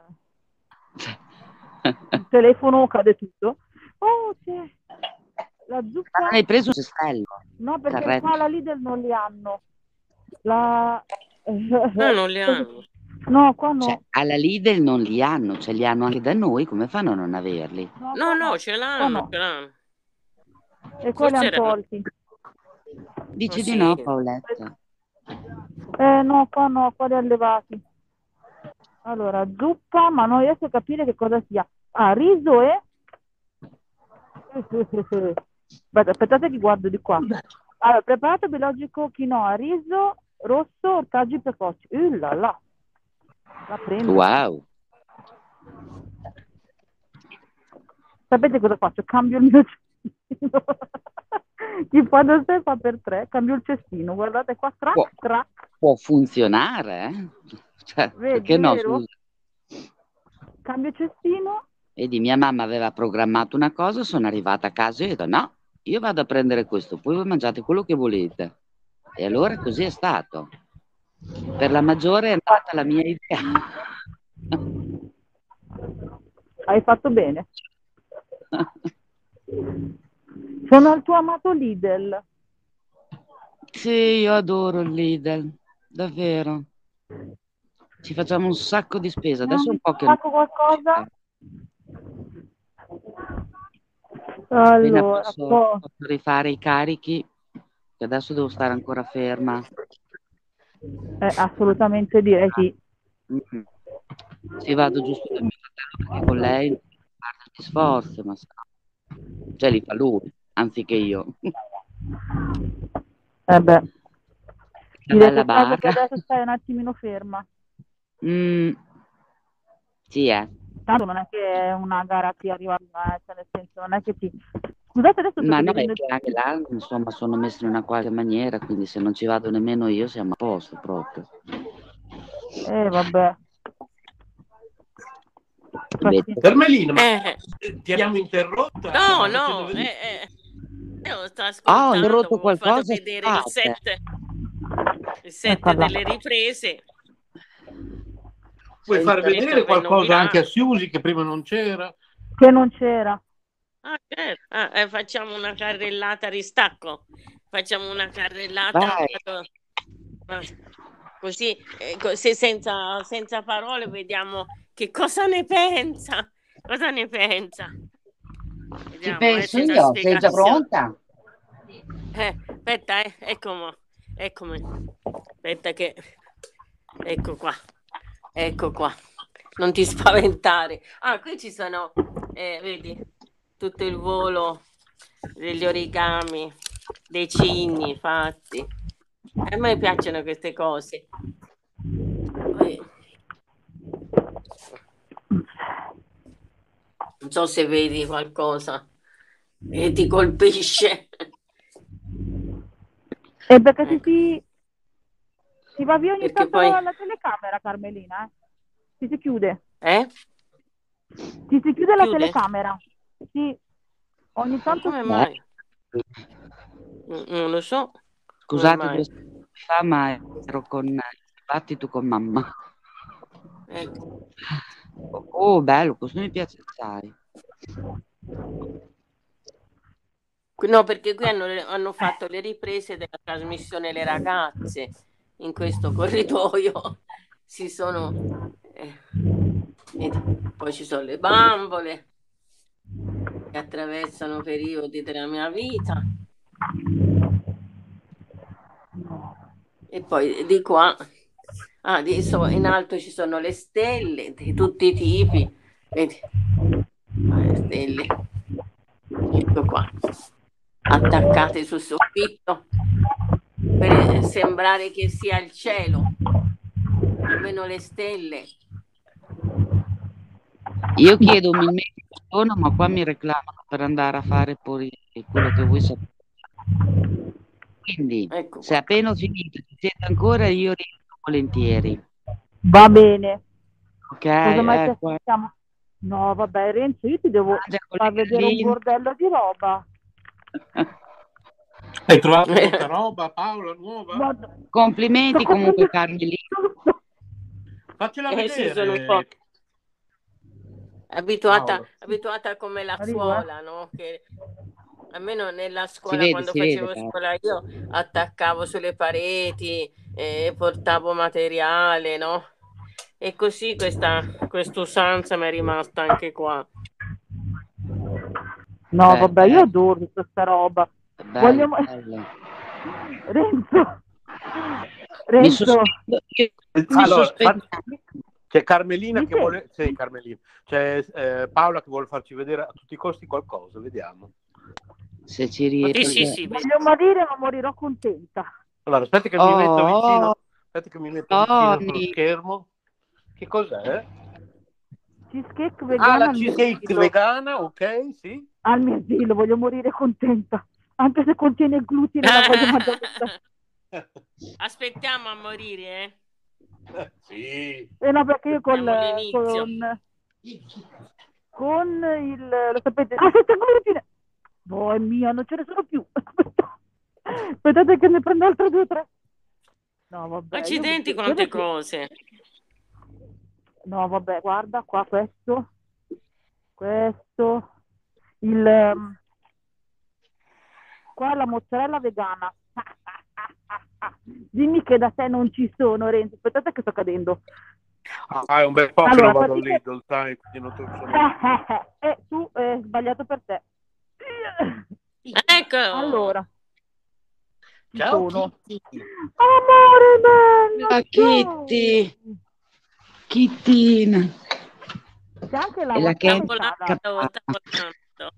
il telefono o cade tutto. Oh, c'è la Ma zuppa. non hai preso un cestello? No, perché Carretto. qua la Lidl non li hanno. La... Ah, non li hanno. No, qua no. Cioè, alla Lidl non li hanno, ce li hanno anche da noi, come fanno a non averli? No, No, qua no, ce l'hanno, Qua no. ce l'hanno. E qua li Forse hanno era- tolti. Dici Oh, di sì. no, Paoletta? Eh no, qua no, qua li hanno levati. Allora, zuppa, ma non riesco a capire che cosa sia. Ah, riso e... Aspetta, aspettate che guardo di qua. Allora, preparato biologico quinoa, riso, rosso, ortaggi precoci. Uh, là, là. La prendo. Wow. Sapete cosa faccio? Cambio il mio cestino. Chi fa da sé fa per tre. Cambio il cestino. Guardate qua, trac, Può, trac. può funzionare, eh? Cioè, Vedi, perché no, vero? scusa? Cambio cestino. Vedi, mia mamma aveva programmato una cosa, sono arrivata a casa e ho detto no, io vado a prendere questo, poi voi mangiate quello che volete. E allora così è stato. Per la maggiore è andata la mia idea. Hai fatto bene. Sono il tuo amato Lidl. Sì, io adoro il Lidl, davvero. Ci facciamo un sacco di spesa. Adesso è un po' che non... Faccio qualcosa? Appena Allora, posso, po- posso rifare i carichi, che adesso devo stare ancora ferma. eh, assolutamente direi sì. Mm. Sì, vado giusto da mio fratello perché con lei non parte gli sforzi, ma se no, cioè li fa lui, anziché io. Eh beh, Una direi bella peccato che barra. adesso stai un attimino ferma. Mm. Sì, eh. tanto non è che è una gara che arriva prima, eh, cioè nel senso non è che ti... Scusate, adesso sto Ma no, è vedendo... che anche là, insomma, sono messi in una qualche maniera, quindi se non ci vado nemmeno io siamo a posto proprio. Eh, vabbè. Invece, Carmelina, ma Eh, eh, ti abbiamo interrotta? no, Stiamo no, facendo vedere- eh, eh, io sto Ah, ho ascoltando, interrotto ho fatto qualcosa, vedere il scusate. set, il set Eccola. delle riprese. Vuoi Sei far inter- vedere Questo per qualcosa anche a nominare. Siusi che prima non c'era? Che non c'era. Ah, certo. Ah, eh, facciamo una carrellata a ristacco. Facciamo una carrellata Vai. vado- ah, così, eh, così senza, senza parole vediamo che cosa ne pensa. Cosa ne pensa? Ci Vediamo, eh, penso senza io, sei già spiegazioni. pronta? Eh, aspetta, eh, eccomi, eccomi. Aspetta che... Ecco qua, ecco qua. Non ti spaventare. Ah, qui ci sono, eh, vedi, tutto il volo degli origami, dei cigni fatti. A me piacciono queste cose. Poi- Non so se vedi qualcosa e ti colpisce. E perché se Ecco. si, si va via ogni Perché tanto poi- la telecamera, Carmelina, eh? Si si chiude. Eh? Si si chiude la Chiude? telecamera. Sì. Ogni Ma tanto come si... mai? Non non lo so. Come Scusate mai? due secondi fa, ma ero con il dibattito con mamma. Ecco. Oh, bello, questo mi piace assai. No, perché qui hanno, hanno fatto le riprese della trasmissione Le Ragazze in questo corridoio. Si sono... eh, vedi, poi ci sono le bambole che attraversano periodi della mia vita. E poi di qua, ah, di so- in alto ci sono le stelle di tutti i tipi. Vedi? Ah, le stelle. Ecco qua. Attaccate sul soffitto per sembrare che sia il cielo, almeno le stelle. Io chiedo umilmente perdono, ma qua mi reclamano per andare a fare poi quello che voi sapete. Quindi, Ecco se qua. appena ho finito ci siete ancora, io rientro volentieri. Va bene. Ok? Cosa mai ti Eh, qua- aspettiamo? No, vabbè, Renzo, io ti devo Mangia con far le vedere un galline. bordello di roba. Hai trovato molta roba, Paola, nuova? Guarda, Complimenti sto comunque, comprando Carmelina. tutto. Faccela Eh sì, sono un vedere. po' abituata, Paola. abituata come la Arrivo, eh. scuola, no? Che almeno nella scuola, vede, quando si vede, facevo Paola. scuola io, attaccavo sulle pareti, eh, portavo materiale, no? E così questa usanza mi è rimasta anche qua. No, Beh, vabbè, io bello, adoro tutta questa roba. bello, Vogliamo... bello. Renzo, Mi Renzo, sospendo, io mi Allora, sospendo. fa- c'è Carmelina Mi che senti? vuole, sì, Carmelina. C'è eh, Paola che vuole farci vedere a tutti i costi qualcosa, vediamo. Se ci Sì, riesco. sì, sì, vedi. voglio morire ma morirò contenta. Allora, aspetta che mi metto vicino, Oh, aspetta che mi metto vicino sullo Tony. schermo. Che cos'è? Cheesecake Ah, vegana la al mio cheesecake asilo. vegana, ok, sì. Al mio asilo, voglio morire contenta. Anche se contiene il glutine la voglio mangiare. Aspettiamo a morire, eh? Sì. Eh no, perché io con, Siamo all'inizio. con, con il... Lo sapete? Ah, senza glutine! Oh, è mia, non ce ne sono più. Aspettate che ne prendo altre due o tre. No, vabbè. io Accidenti, mi- quante quello cose. che- No, vabbè, guarda, qua questo, questo, il... ehm, qua la mozzarella vegana. Dimmi che da te non ci sono, Renzo. Aspettate che sto cadendo. Ah, è un bel po' che Allora, non vado praticamente- all'Idol, sai, quindi non te lo sono... Eh, tu è sbagliato per te. Ecco. Allora, ci Ciao, sono. Kitty. Amore bello, Ah, ciao. Kitty. Kittina. C'è anche la E la wasabi Ken Volando, salad, sta volando.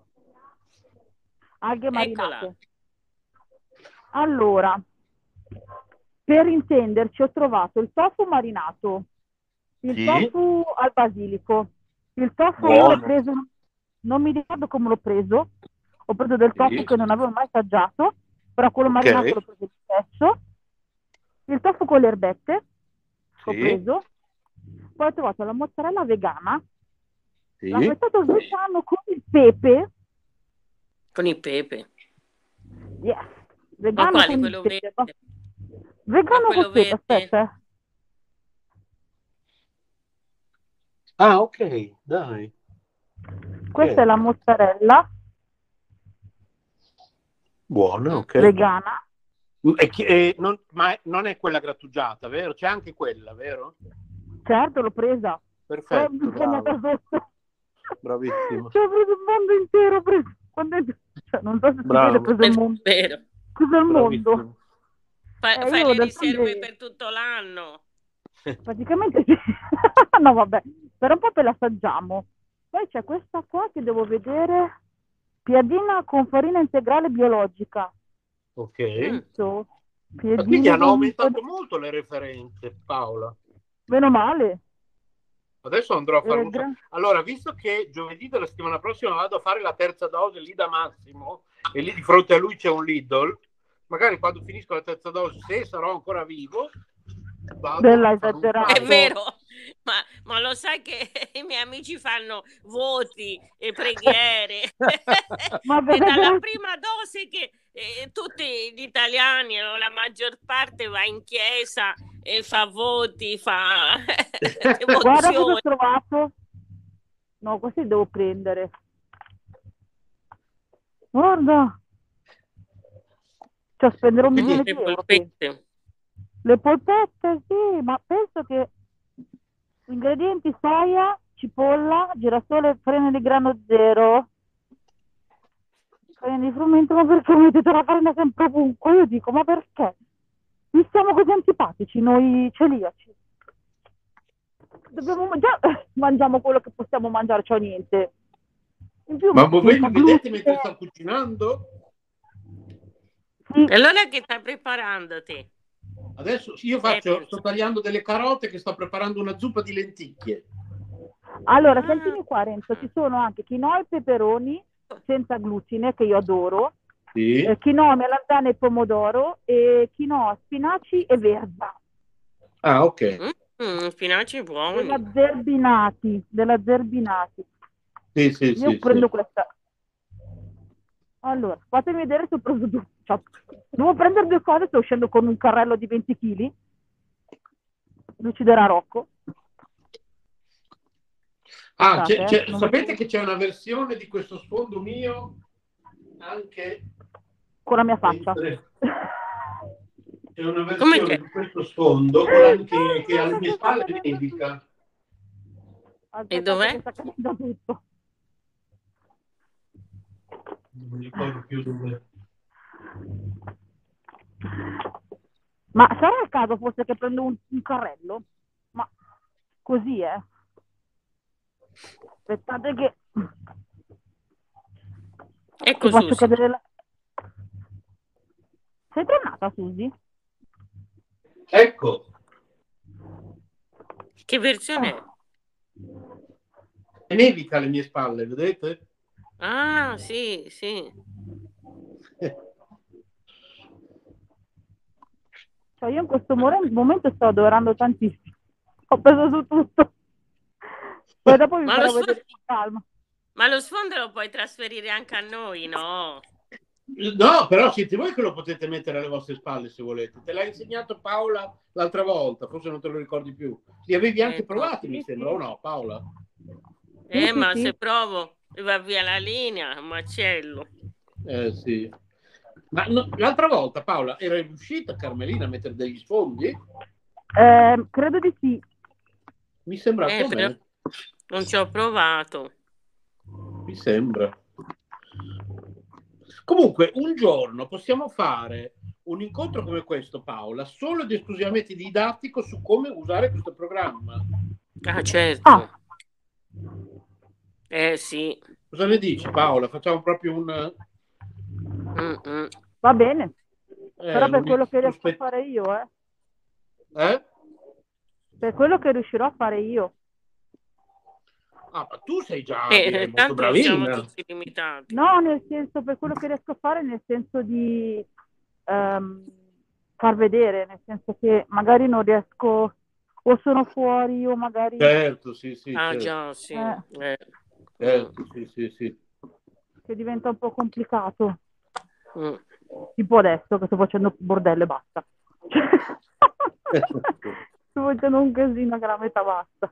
alghe Eccola. marinate. Allora, per intenderci, ho trovato il tofu marinato, il Sì. tofu al basilico, Il tofu io l'ho Buono. preso, non mi ricordo come l'ho preso, ho preso del tofu Sì. che non avevo mai assaggiato, però quello Ok. marinato l'ho preso lo stesso. Il tofu con le erbette ho Sì. preso, poi ho trovato la mozzarella vegana, Sì. l'ho mettato vegano con il pepe, Con il pepe. yes, Ma vegano quale? con il Quello pepe, verde? vegano Ma quello col pepe, verde? aspetta, eh. Ah, ok, dai. Questa è Ok. la mozzarella Buona, Mm. ok. vegana, E chi- e non, ma è- non è quella grattugiata, vero? C'è anche quella, vero? certo l'ho presa, però Perfetto, mi sono segnata bravo. sotto. Bravissimo. Cioè, ho preso il mondo intero, ho preso... quando- cioè, non so se si vede, ho Bravo. preso il È mondo, vero. ho preso il mondo. Bravissimo. Fa- Eh, fai io le d'altronde- riserve per tutto l'anno. praticamente sì. No, vabbè, però un po' pe l'assaggiamo. Poi c'è questa qua che devo vedere, piadina con farina integrale biologica. Ok. Mm. So, Ma quindi piadine hanno con... aumentato molto le referenze, Paola. Meno male. Adesso andrò a fare Eh, un... gra- Allora, visto che giovedì della settimana prossima vado a fare la terza dose lì da Massimo e lì di fronte a lui c'è un Lidl, magari quando finisco la terza dose, se sarò ancora vivo, vado Bella a fare un esagerato. È salto. vero, ma, ma lo sai che i miei amici fanno voti e preghiere Ma e dalla per- prima dose che eh, tutti gli italiani o la maggior parte va in chiesa e fa voti, fa Guarda cosa ho devozioni. trovato. No, questi devo prendere. Guarda. Cioè, spenderò un Quindi- milione di Le euro. penso. polpette. Le polpette, sì, ma penso che ingredienti soia, cipolla, girasole, farina di grano zero, farina di frumento, ma perché mettete la farina sempre ovunque? Io dico, ma perché? Mi siamo così antipatici noi celiaci. Dobbiamo già mangiamo quello che possiamo mangiare, cioè niente. In più, Ma voi mi senza vedete glutine. mentre sto cucinando? Sì. E allora che stai preparando te? Adesso io Eh, faccio, penso. sto tagliando delle carote che sto preparando una zuppa di lenticchie. Allora, Ah. sentimi qua Renzo, ci sono anche quinoa e peperoni senza glutine, che io adoro, Sì. eh, quinoa, melanzane e pomodoro, e quinoa, spinaci e verza. Ah, ok. Mm, spinaci buoni. Della Zerbinati, della Zerbinati. Sì, sì, Io sì, prendo sì. questa. Allora, fatemi vedere se ho preso due. Cioè, devo prendere due cose, sto uscendo con un carrello di venti chili. Luciderà Rocco. Ah, Aspettate, c'è- eh, c'è- non sapete mi- che c'è una versione di questo sfondo mio anche Con la mia faccia. mentre- c'è una Come versione che? di questo sfondo con anche che alle mie spalle nevica. Aspettate dov'è? che sta cadendo tutto. Non mi ricordo più dove. Ma sarà il caso forse che prendo un, un carrello? Ma così, eh? Aspettate che... Ecco Ti faccio Susi. cadere la... Sei tornata, Susi? Ecco, Che versione è? e nevica alle mie spalle, vedete? Ah, sì, sì. Cioè io in questo mo- momento sto adorando tantissimo. Ho preso su tutto. Poi dopo vi Ma farò lo, vedere sfondo, con calma. ma lo sfondo lo puoi trasferire anche a noi, no? No, però siete voi che lo potete mettere alle vostre spalle se volete. Te l'ha insegnato Paola l'altra volta, forse non te lo ricordi più. Li avevi anche Ecco. provati, mi Sì, sembra, sì. o no, Paola? Eh, Sì, sì, ma sì. se provo va via la linea, un macello. Eh sì. Ma no, l'altra volta, Paola, era riuscita Carmelina a mettere degli sfondi? Eh, credo di sì. Mi sembra Eh, a però me. non ci ho provato. Mi sembra. Comunque, un giorno possiamo fare un incontro come questo, Paola, solo ed esclusivamente didattico su come usare questo programma. Ah, certo. Ah. Eh, sì. Cosa ne dici, Paola? Facciamo proprio un... Mm-mm. Va bene. Eh, Però per un- quello che riesco a spe- fare io, eh. Eh? Per quello che riuscirò a fare io. Ah, ma tu sei già Eh, direi, molto tanto siamo bravina. tutti limitati. No, nel senso, per quello che riesco a fare, nel senso di ehm, far vedere, nel senso che magari non riesco, o sono fuori, o magari... Certo, sì, sì, Ah certo. già, sì. Eh, Eh. Certo, Mm, sì, sì, sì. che diventa un po' complicato. mm. Tipo adesso che sto facendo bordello e basta. Sto facendo un casino che la metà basta.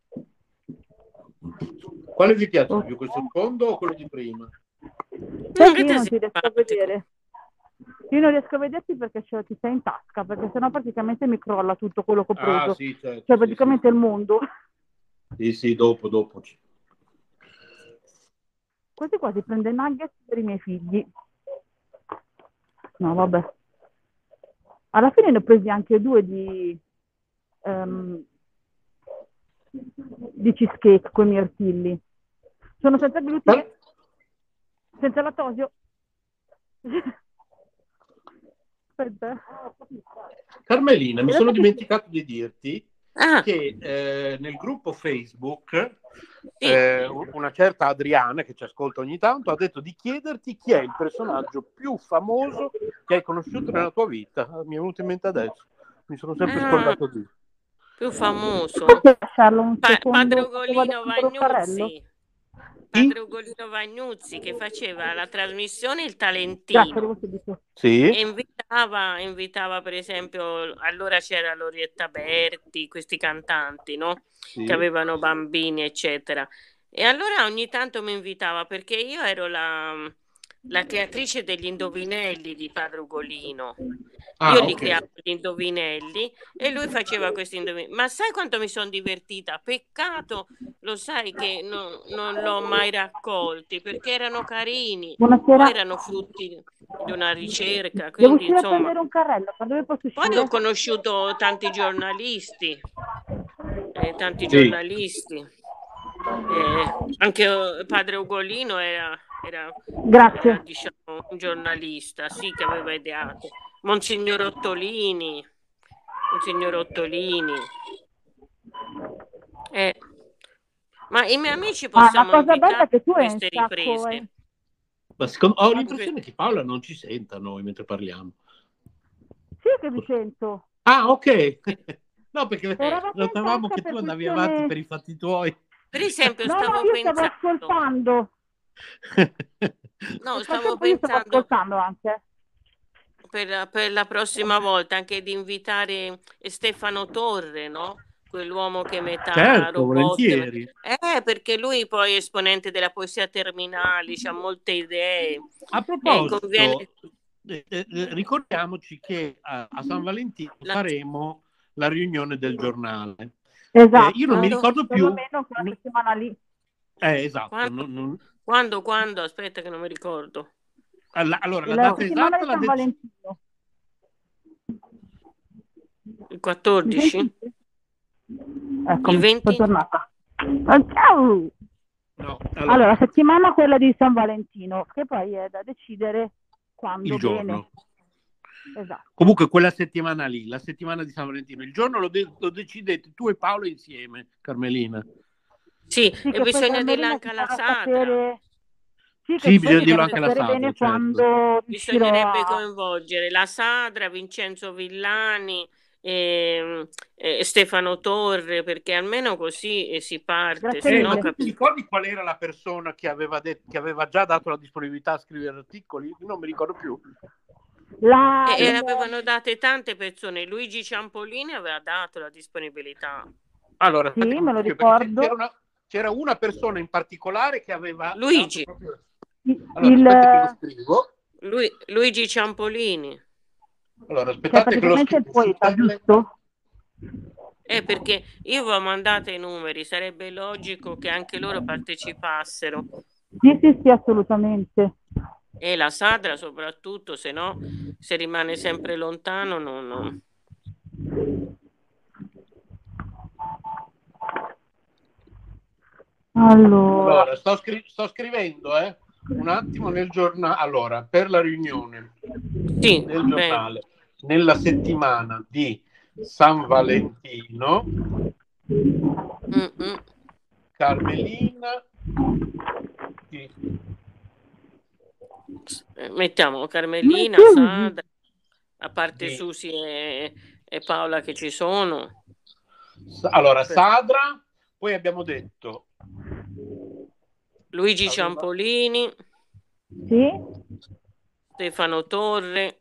Quale ti piace di Ok. più, questo secondo o quello di prima? Sai Anche che io te non sei ti riesco a simpatico. vedere. Io non riesco a vederti perché ce- ti sei in tasca, perché sennò praticamente mi crolla tutto quello che ho Ah, preso. sì, certo. Cioè Sì, praticamente il mondo. sì, sì, dopo, dopo. Quasi quasi prende nuggets per i miei figli. No, vabbè. Alla fine ne ho presi anche due di, ehm, di cheesecake con i mirtilli. Sono senza glutine, senza lattosio. Aspetta. Carmelina, mi In sono realtà ti- dimenticato di dirti Ah, che eh, nel gruppo Facebook sì. eh, una certa Adriana, che ci ascolta ogni tanto, ha detto di chiederti chi è il personaggio più famoso che hai conosciuto nella tua vita. Mi è venuto in mente adesso. Mi sono sempre Ah, scordato di... più famoso. Posso lasciarlo un Pa- Padre secondo quando vado a Ugolino prendere un carrello? Vagnuzzi. Padre Ugolino Vagnuzzi che faceva la trasmissione Il Grazie, Talentino arrivo subito. Sì? e invitava, invitava per esempio, allora c'era Lorietta Berti, questi cantanti, no? Sì. Che avevano bambini, eccetera. E allora ogni tanto mi invitava perché io ero la, la creatrice degli indovinelli di Padre Ugolino. Ah, Io gli ok. creavo gli indovinelli e lui faceva questi indovinelli. Ma sai quanto mi sono divertita? Peccato, lo sai che non, non l'ho mai raccolti perché erano carini, poi Buonasera. erano frutti di una ricerca, Devo quindi uscire a insomma. prendere un carrello, da dove posso Poi uscire? ho conosciuto tanti giornalisti, eh, tanti Sì. giornalisti. Eh, anche eh, Padre Ugolino era, era, Grazie. era, diciamo, un giornalista, sì, che aveva ideato. Monsignor Ottolini, Monsignor Ottolini. Eh, ma i miei amici Ah, la possiamo cosa bella è invitare che tu hai un queste sacco... riprese. eh. Ma secondo... ho Anche l'impressione che Paola non ci senta noi mentre parliamo. Sì che vi sento. Ah, ok. No, perché Eravate in notavamo tasca che per tu andavi questione- avanti per i fatti tuoi. Per esempio, No, no, stavo io stavo pensando, ascoltando. no, Nel stavo frattempo io stavo pensando ascoltando anche. per la, per la prossima volta anche di invitare Stefano Torre, no? Quell'uomo che metà Certo, robot. volentieri. Eh, perché lui poi è esponente della poesia terminale, ha molte idee. A E proposito, conviene... eh, eh, ricordiamoci che a, a San Valentino La- faremo la riunione del giornale. Esatto. Eh, io non mi Quando? ricordo più. Perlomeno quella no- settimana lì. Eh, esatto. Quando? non- non- Quando? Quando? Aspetta che non mi ricordo. alla- allora, la La data settimana esatta di la San dec- Valentino. Il Mi quattordici? sentite? Ecco, Il venti? sono tornata. Ah, ciao! no, Allora, allora, la settimana quella di San Valentino, che poi è da decidere quando il giorno. bene. Esatto. Comunque quella settimana lì, la settimana di San Valentino, il giorno lo, de- lo decidete tu e Paolo insieme, Carmelina. Sì, Sì, e che poi bisogna dirlo Carmelina anche ti alla farà Sadra. sapere... Sì, che Sì, poi bisogna ti dirlo farà anche alla sapere Sadra, bene certo. quando riuscirò Bisognerebbe a... coinvolgere la Sadra, Vincenzo Villani, e, e Stefano Torre, perché almeno così eh, si parte, Grazie se Eh, no ma mille. tu ti capi- ricordi qual era la persona che aveva, det- che aveva già dato la disponibilità a scrivere articoli? Io non mi ricordo più. La, E, e il- avevano date tante persone. Luigi Ciampolini aveva dato la disponibilità. Allora, Sì, aspetta, me lo perché ricordo. c'era una, c'era una persona in particolare che aveva Luigi. dato proprio... il, Allora, aspetta che lo scrivo. Lui, Luigi Ciampolini. Allora, cioè aspettate che lo praticamente il scrivo. su poeta, Telegram. giusto? Eh, perché io vi ho mandato i numeri, sarebbe logico che anche loro partecipassero. Sì, sì, sì, assolutamente. E la Sadra soprattutto, se no, se rimane sempre lontano, non... non... Allora, Allora, sto, scri- sto scrivendo, eh, un attimo nel giornale. Allora, per la riunione Sì, del beh, giornale, nella settimana di San Valentino, mm, mm. Carmelina. Sì. Mettiamo Carmelina, Ma Sandra, a parte Sì. Susi e, e Paola che ci sono. Allora, Per- Sadra, poi abbiamo detto Luigi aveva- Ciampolini, Sì? Stefano Torre,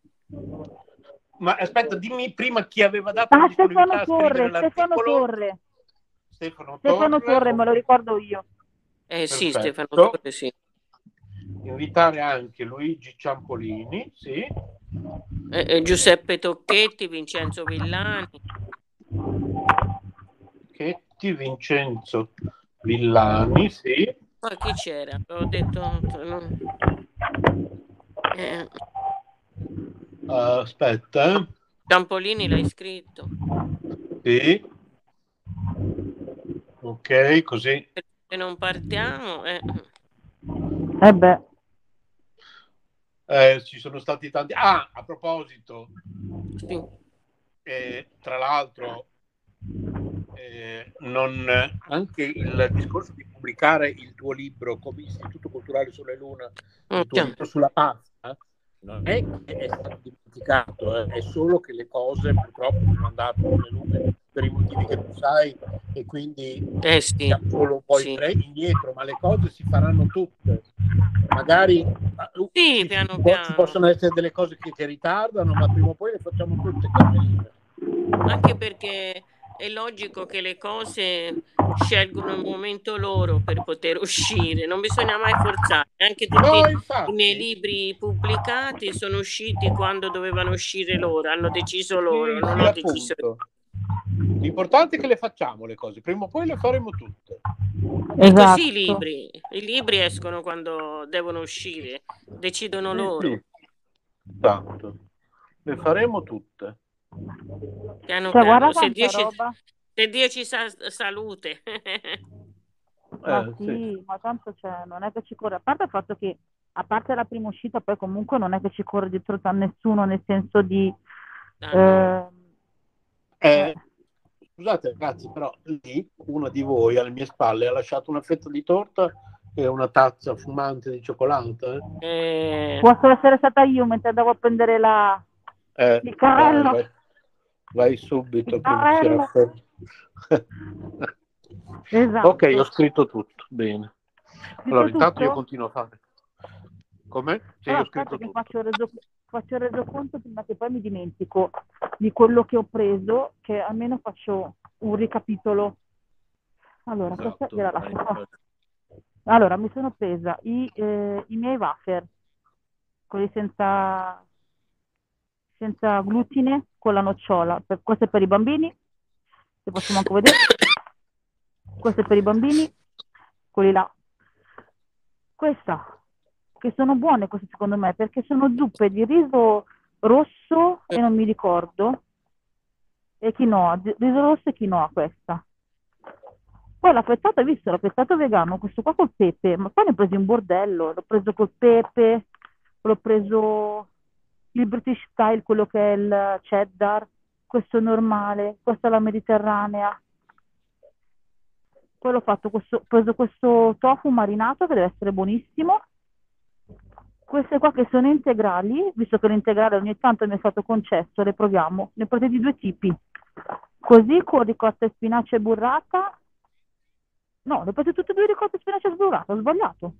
Ma aspetta, dimmi prima chi aveva dato la Ah, disponibilità Stefano a scrivere Torre, Stefano l'articolo. Torre. Stefano Stefano Torre. Torre, me lo ricordo io. eh sì, Stefano Perfetto. Torre, sì. Invitare anche Luigi Ciampolini, sì. Eh, eh, Giuseppe Tocchetti, Vincenzo Villani, Chetti, Vincenzo Villani, sì. poi chi c'era? Ho detto no. Eh, Uh, aspetta, eh. Ciampolini l'hai scritto. Sì. Ok, così. Se non partiamo, eh. Eh beh, Eh, ci sono stati tanti. Ah, a proposito, Sì. eh, tra l'altro, eh, non, anche il discorso di pubblicare il tuo libro come Istituto Culturale Sole Luna, il tuo Mm, libro sulla pasta, non è che è stato dimenticato, eh, è solo che le cose purtroppo sono andate come le lune per i motivi che tu sai e quindi Eh sì, siamo solo un po' sì. indietro, ma le cose si faranno tutte. Magari uh, Sì, ci, piano ci piano. possono essere delle cose che, che ritardano, ma prima o poi le facciamo tutte, Carmelina. Anche perché è logico che le cose scelgono il momento loro per poter uscire, non bisogna mai forzare. Anche tutti No, i infatti. miei libri pubblicati sono usciti quando dovevano uscire loro, hanno deciso loro, Sì, non sì, ho deciso io. appunto. L'importante è che le facciamo le cose, prima o poi le faremo tutte. E esatto. così i libri, i libri escono quando devono uscire, decidono Sì, loro. sì. Esatto. Le faremo tutte. Piano Cioè, guarda piano, se quanta Dio ci, roba. se Dio ci sa salute. Ma Eh, sì, sì. ma tanto cioè, non è che ci corre, a parte il fatto che, a parte la prima uscita, poi comunque non è che ci corre dietro a nessuno, nel senso di... Ah, no. eh, Eh, eh, scusate ragazzi, però lì una di voi alle mie spalle ha lasciato una fetta di torta e una tazza fumante di cioccolata. Eh? Eh, posso essere stata io mentre andavo a prendere la... Eh, il vai, carrello. vai, vai subito Il prima che si carrello. raffreddi. Esatto. Ok, ho scritto tutto, bene. Allora, Scritto intanto io tutto? continuo a fare. Come? Sì, Allora, ho scritto aspetta che tutto. faccio il, reso, faccio il resoconto prima che poi mi dimentico di quello che ho preso, che almeno faccio un ricapitolo. Allora, questa Esatto. gliela lascio qua. Allora, mi sono presa i, eh, i miei wafer, quelli senza, senza glutine, con la nocciola. Per, questo è per i bambini, se possiamo anche vedere. Questo è per i bambini, quelli là. Questa, che sono buone queste secondo me, perché sono zuppe di riso rosso e non mi ricordo, e quinoa, di- riso rosso e quinoa questa. Poi l'affettato, hai visto, l'affettato vegano, questo qua col pepe, ma poi ne ho preso un bordello, l'ho preso col pepe, l'ho preso il British style, quello che è il cheddar, questo normale, questa è la mediterranea. Poi l'ho fatto questo, ho preso questo tofu marinato che deve essere buonissimo. Queste qua che sono integrali, visto che l'integrale ogni tanto mi è stato concesso, le proviamo. Ne ho prese di due tipi. Così con ricotta e spinaci e burrata. No, le ho prese tutte e due ricotta e spinaci e burrata, ho sbagliato.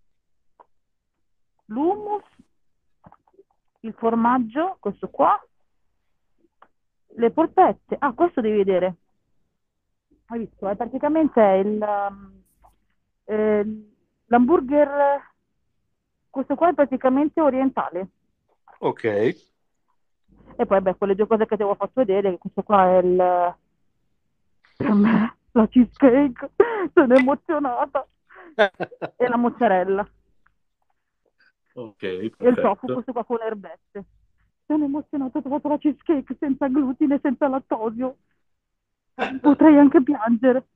L'hummus, il formaggio, questo qua, le polpette. Ah, questo devi vedere. Hai visto? È praticamente il, um, eh, l'hamburger, questo qua è praticamente orientale. Ok. E poi, beh, quelle due cose che ti avevo fatto vedere, che questo qua è il, per me, la cheesecake, sono emozionata, e la mozzarella, Ok, e il tofu, perfetto. questo qua con le erbette. Sono emozionata, ho trovato la cheesecake senza glutine, senza lattosio. Potrei anche piangere.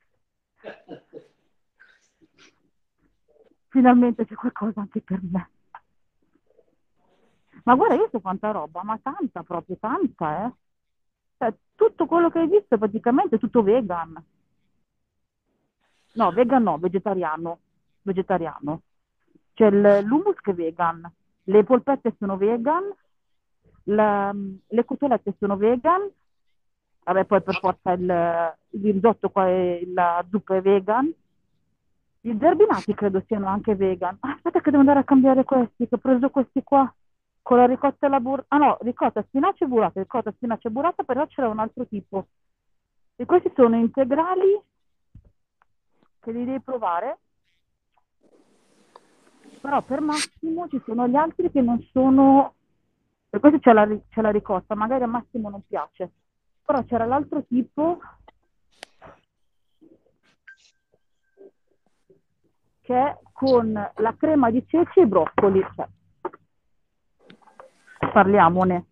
Finalmente c'è qualcosa anche per me. Ma guarda, io so quanta roba, ma tanta proprio, tanta, eh. Cioè, tutto quello che hai visto è praticamente tutto vegan. No, vegan no, vegetariano. Vegetariano. C'è il- l'hummus che è vegan, le polpette sono vegan, la- le cotolette sono vegan, vabbè poi per forza il, il risotto qua è, la zuppa è vegan, i zerbinati credo siano anche vegan. Ah, aspetta che devo andare a cambiare questi, che ho preso questi qua con la ricotta e la burrata. Ah no, ricotta, spinaci e burrata, ricotta, spinaci e burrata, però c'era un altro tipo. E questi sono integrali che li devi provare, però per Massimo ci sono gli altri che non sono, per questo c'è la, ri- c'è la ricotta, magari a Massimo non piace, però c'era l'altro tipo che è con la crema di ceci e broccoli, cioè, parliamone,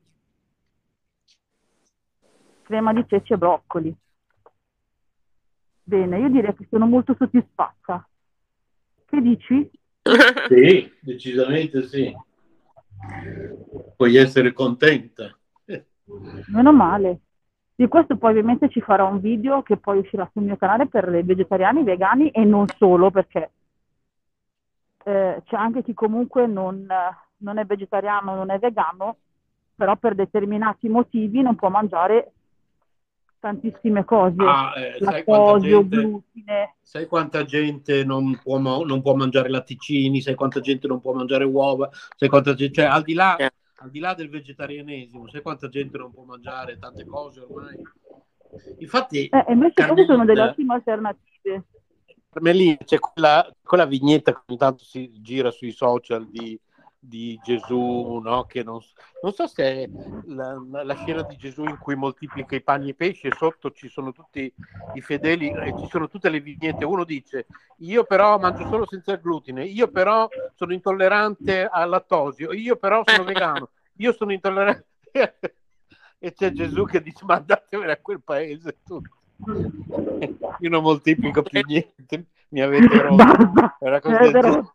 crema di ceci e broccoli. Bene, io direi che sono molto soddisfatta. Che dici? Sì, decisamente sì. Puoi essere contenta. Meno male. Di questo poi ovviamente ci farò un video che poi uscirà sul mio canale per i vegetariani, vegani e non solo, perché eh, c'è anche chi comunque non, non è vegetariano, non è vegano, però per determinati motivi non può mangiare tantissime cose, Ah, eh, sai quanta lattosio, gente, glutine. sai quanta gente non può, mo- non può mangiare latticini, sai quanta gente non può mangiare uova, sai quanta gente, cioè al di là, al di là del vegetarianesimo, sai quanta gente non può mangiare tante cose ormai. Infatti, Eh, e invece queste sono delle Carmelina, ottime alternative. Carmelina, c'è quella, quella vignetta che ogni tanto si gira sui social di, di Gesù, no? Che non, non so se è la, la scena di Gesù in cui moltiplica i pani e i pesci e sotto ci sono tutti i fedeli e ci sono tutte le vignette. Uno dice: io però mangio solo senza glutine, io però sono intollerante al lattosio, io però sono vegano, io sono intollerante. E c'è Gesù che dice: ma andatevene a quel paese tutti. Io non moltiplico più niente, mi avete rotto. Era così del genere.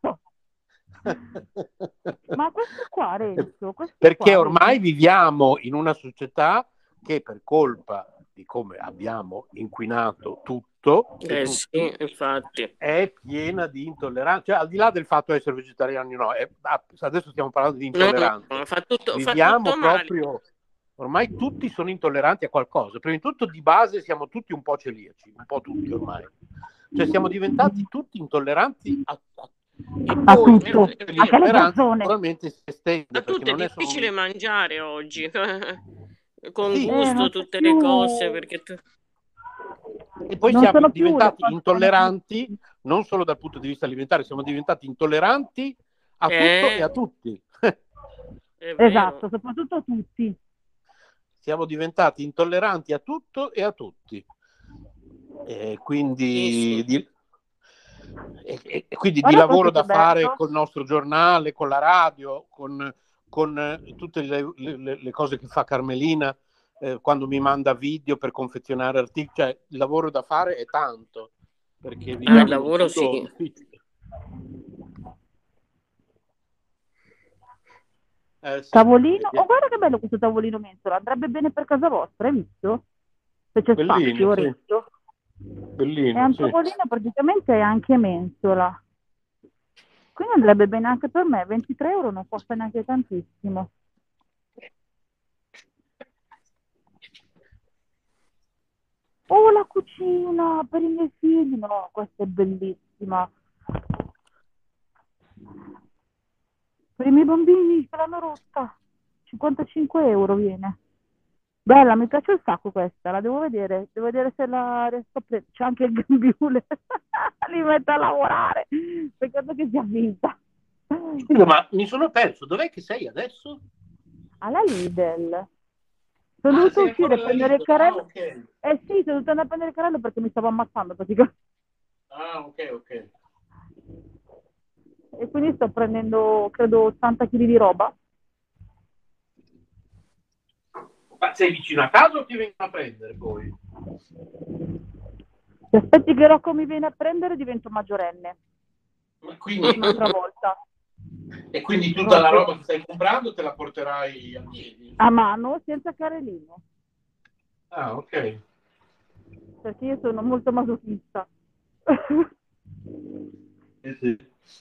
Ma questo qua, Renzo, questo Perché qua, ormai vedi? viviamo in una società che per colpa di come abbiamo inquinato tutto e Eh tutti, sì, infatti. è piena di intolleranza. Cioè, al di là del fatto di essere vegetariani o no, è- ah, adesso stiamo parlando di No, no, intolleranza. no, fa tutto, fa Viviamo tutto male. proprio, ormai tutti sono intolleranti a qualcosa. Prima di tutto, di base siamo tutti un po' celiaci, un po' tutti ormai. Cioè siamo diventati tutti intolleranti a, a e A poi tutto, questa anche le intolleranza persone. naturalmente si estende A perché tutto è non è solo difficile un... mangiare oggi, con Sì, Eh, gusto non c'è tutte le più, cose, perché tu... e poi non siamo sono più le diventati persone intolleranti più... non solo dal punto di vista alimentare, siamo diventati intolleranti a tutto Eh, e a tutti. è vero. Esatto, soprattutto tutti. Siamo diventati intolleranti a tutto e a tutti. E quindi, Sì, sì. di, e, e- e quindi di Guarda lavoro questo da che fare bello. col nostro giornale, con la radio, con, con eh, tutte le, le- le cose che fa Carmelina eh, quando mi manda video per confezionare articoli. Cioè, il lavoro da fare è tanto, perché Ah, il viviamo in un lavoro mondo sì. difficile. Eh, sì. Tavolino, Eh, oh guarda che bello questo tavolino mensola, andrebbe bene per casa vostra, hai visto? Se c'è Bellino, spazio, sì. Renzo. È Bellino, un sì. tavolino praticamente è anche mensola. Quindi andrebbe bene anche per me, ventitré euro non costa neanche tantissimo. Oh, la cucina per i miei figli, no, questa è bellissima. Per i miei bambini che l'hanno rotta, cinquantacinque euro viene. Bella, mi piace un sacco questa, la devo vedere, devo vedere se la riesco a prendere. C'è anche il grembiule, li metto a lavorare, peccato che sia finta. Scusa, ma mi sono perso, dov'è che sei adesso? Alla Lidl. Sono Ah, dovuta sei uscire ancora a alla prendere il Lidl? Ah, carrello. ok. Eh sì, sono dovuta andare a prendere il carrello perché mi stavo ammazzando praticamente. Ah, ok, ok. E quindi sto prendendo, credo, ottanta chili di roba. Ma sei vicino a casa o ti vengono a prendere poi? Se aspetti che Rocco mi viene a prendere divento maggiorenne. Ma quindi... Un'altra volta. E quindi tutta la roba che stai comprando te la porterai a piedi? A mano, senza carrellino. Ah, ok. Perché io sono molto masochista. Sì, sì.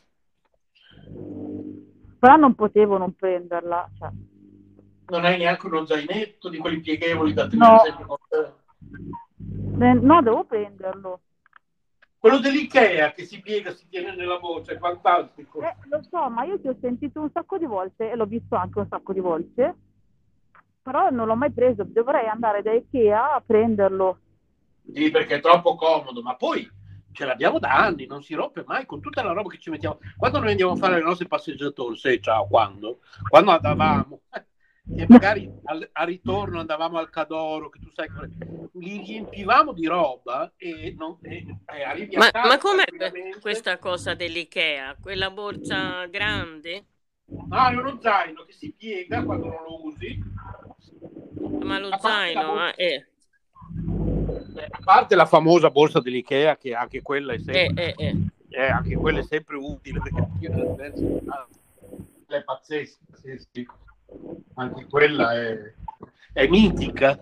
Però non potevo non prenderla. Cioè. Non hai neanche uno zainetto di quelli pieghevoli da tenere No. sempre con te? Eh, No, devo prenderlo. Quello dell'Ikea che si piega, si tiene nella voce, è fantastico. Eh, lo so, ma io ti ho sentito un sacco di volte e l'ho visto anche un sacco di volte, però non l'ho mai preso. Dovrei andare da Ikea a prenderlo. Sì, perché è troppo comodo, ma poi ce l'abbiamo da anni, non si rompe mai con tutta la roba che ci mettiamo. Quando noi andiamo a fare le nostre passeggiature, sai, ciao, quando? Quando andavamo, e magari al, a ritorno andavamo al Cadoro, che tu sai, li riempivamo di roba e, non, e, e arrivi a Ma, casa ma com'è tranquillamente. questa cosa dell'Ikea? Quella borsa grande? No, è uno zaino che si piega quando non lo usi. Ma lo A parte la zaino, borsa- ah, eh, A parte la famosa borsa dell'Ikea, che anche quella è eh, sempre, eh, eh. eh, anche quella è sempre utile, perché anche quella è diversa. È pazzesca, sì, sì. Anche quella è, è mitica.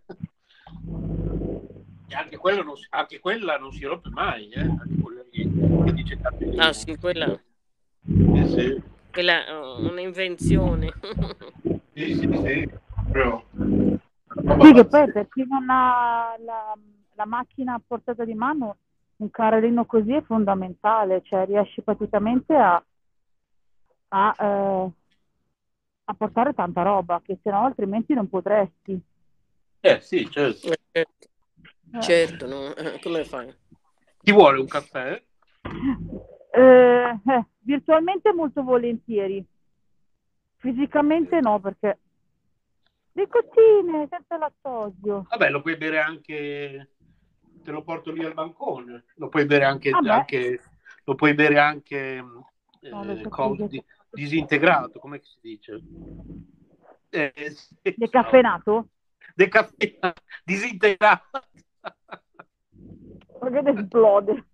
E anche quella non, si- anche quella non si rompe mai, eh? Anche quella che, che dice Cappellino. Ah sì, quella, Sì, sì, quella è un'invenzione. sì, sì, sì. Proprio. Sì, che poi per chi non ha la, la macchina a portata di mano, un carrellino così è fondamentale, cioè riesci praticamente a, a, eh, a portare tanta roba, che se no altrimenti non potresti. Eh sì, certo. Eh, certo, certo, no? Eh, come fai? Ti vuole un caffè? Eh, eh, virtualmente molto volentieri, fisicamente no, perché nicotine senza lattosio. Vabbè, lo puoi bere anche, te lo porto lì al bancone, lo puoi bere anche, Vabbè. anche lo puoi bere anche eh, No, lo so co- che- di- disintegrato, come si dice? Eh, sì, Decaffeinato? Decaffeinato, disintegrato. Perché esplode.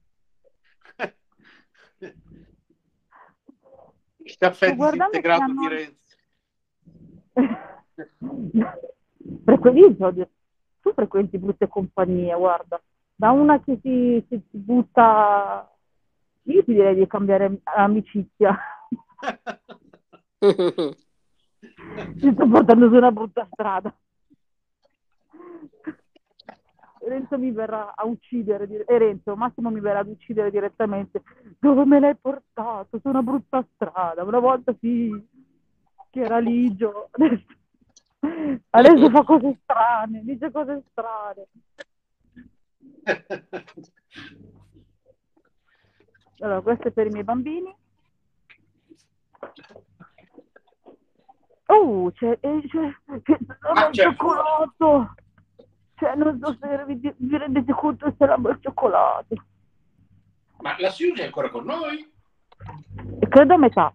Il caffè Sto guardando disintegrato che di hanno- Renzi. Frequenti, tu frequenti brutte compagnie, guarda. Da una che ti, che ti butta... Io ti direi di cambiare amicizia. Ti sto portando su una brutta strada. Renzo mi verrà a uccidere, dire- e Renzo, Massimo mi verrà ad uccidere direttamente. Dove me l'hai portato? Su una brutta strada. Una volta sì, che era ligio. Adesso, adesso fa cose strane, dice cose strane. Allora, questo è per i miei bambini. Oh, c'è, eh, c'è, c'è Ah, il c'è cioccolato. Cioè, non so se vi, vi rendete conto se era il cioccolato. Ma la Susi è ancora con noi? Credo a metà.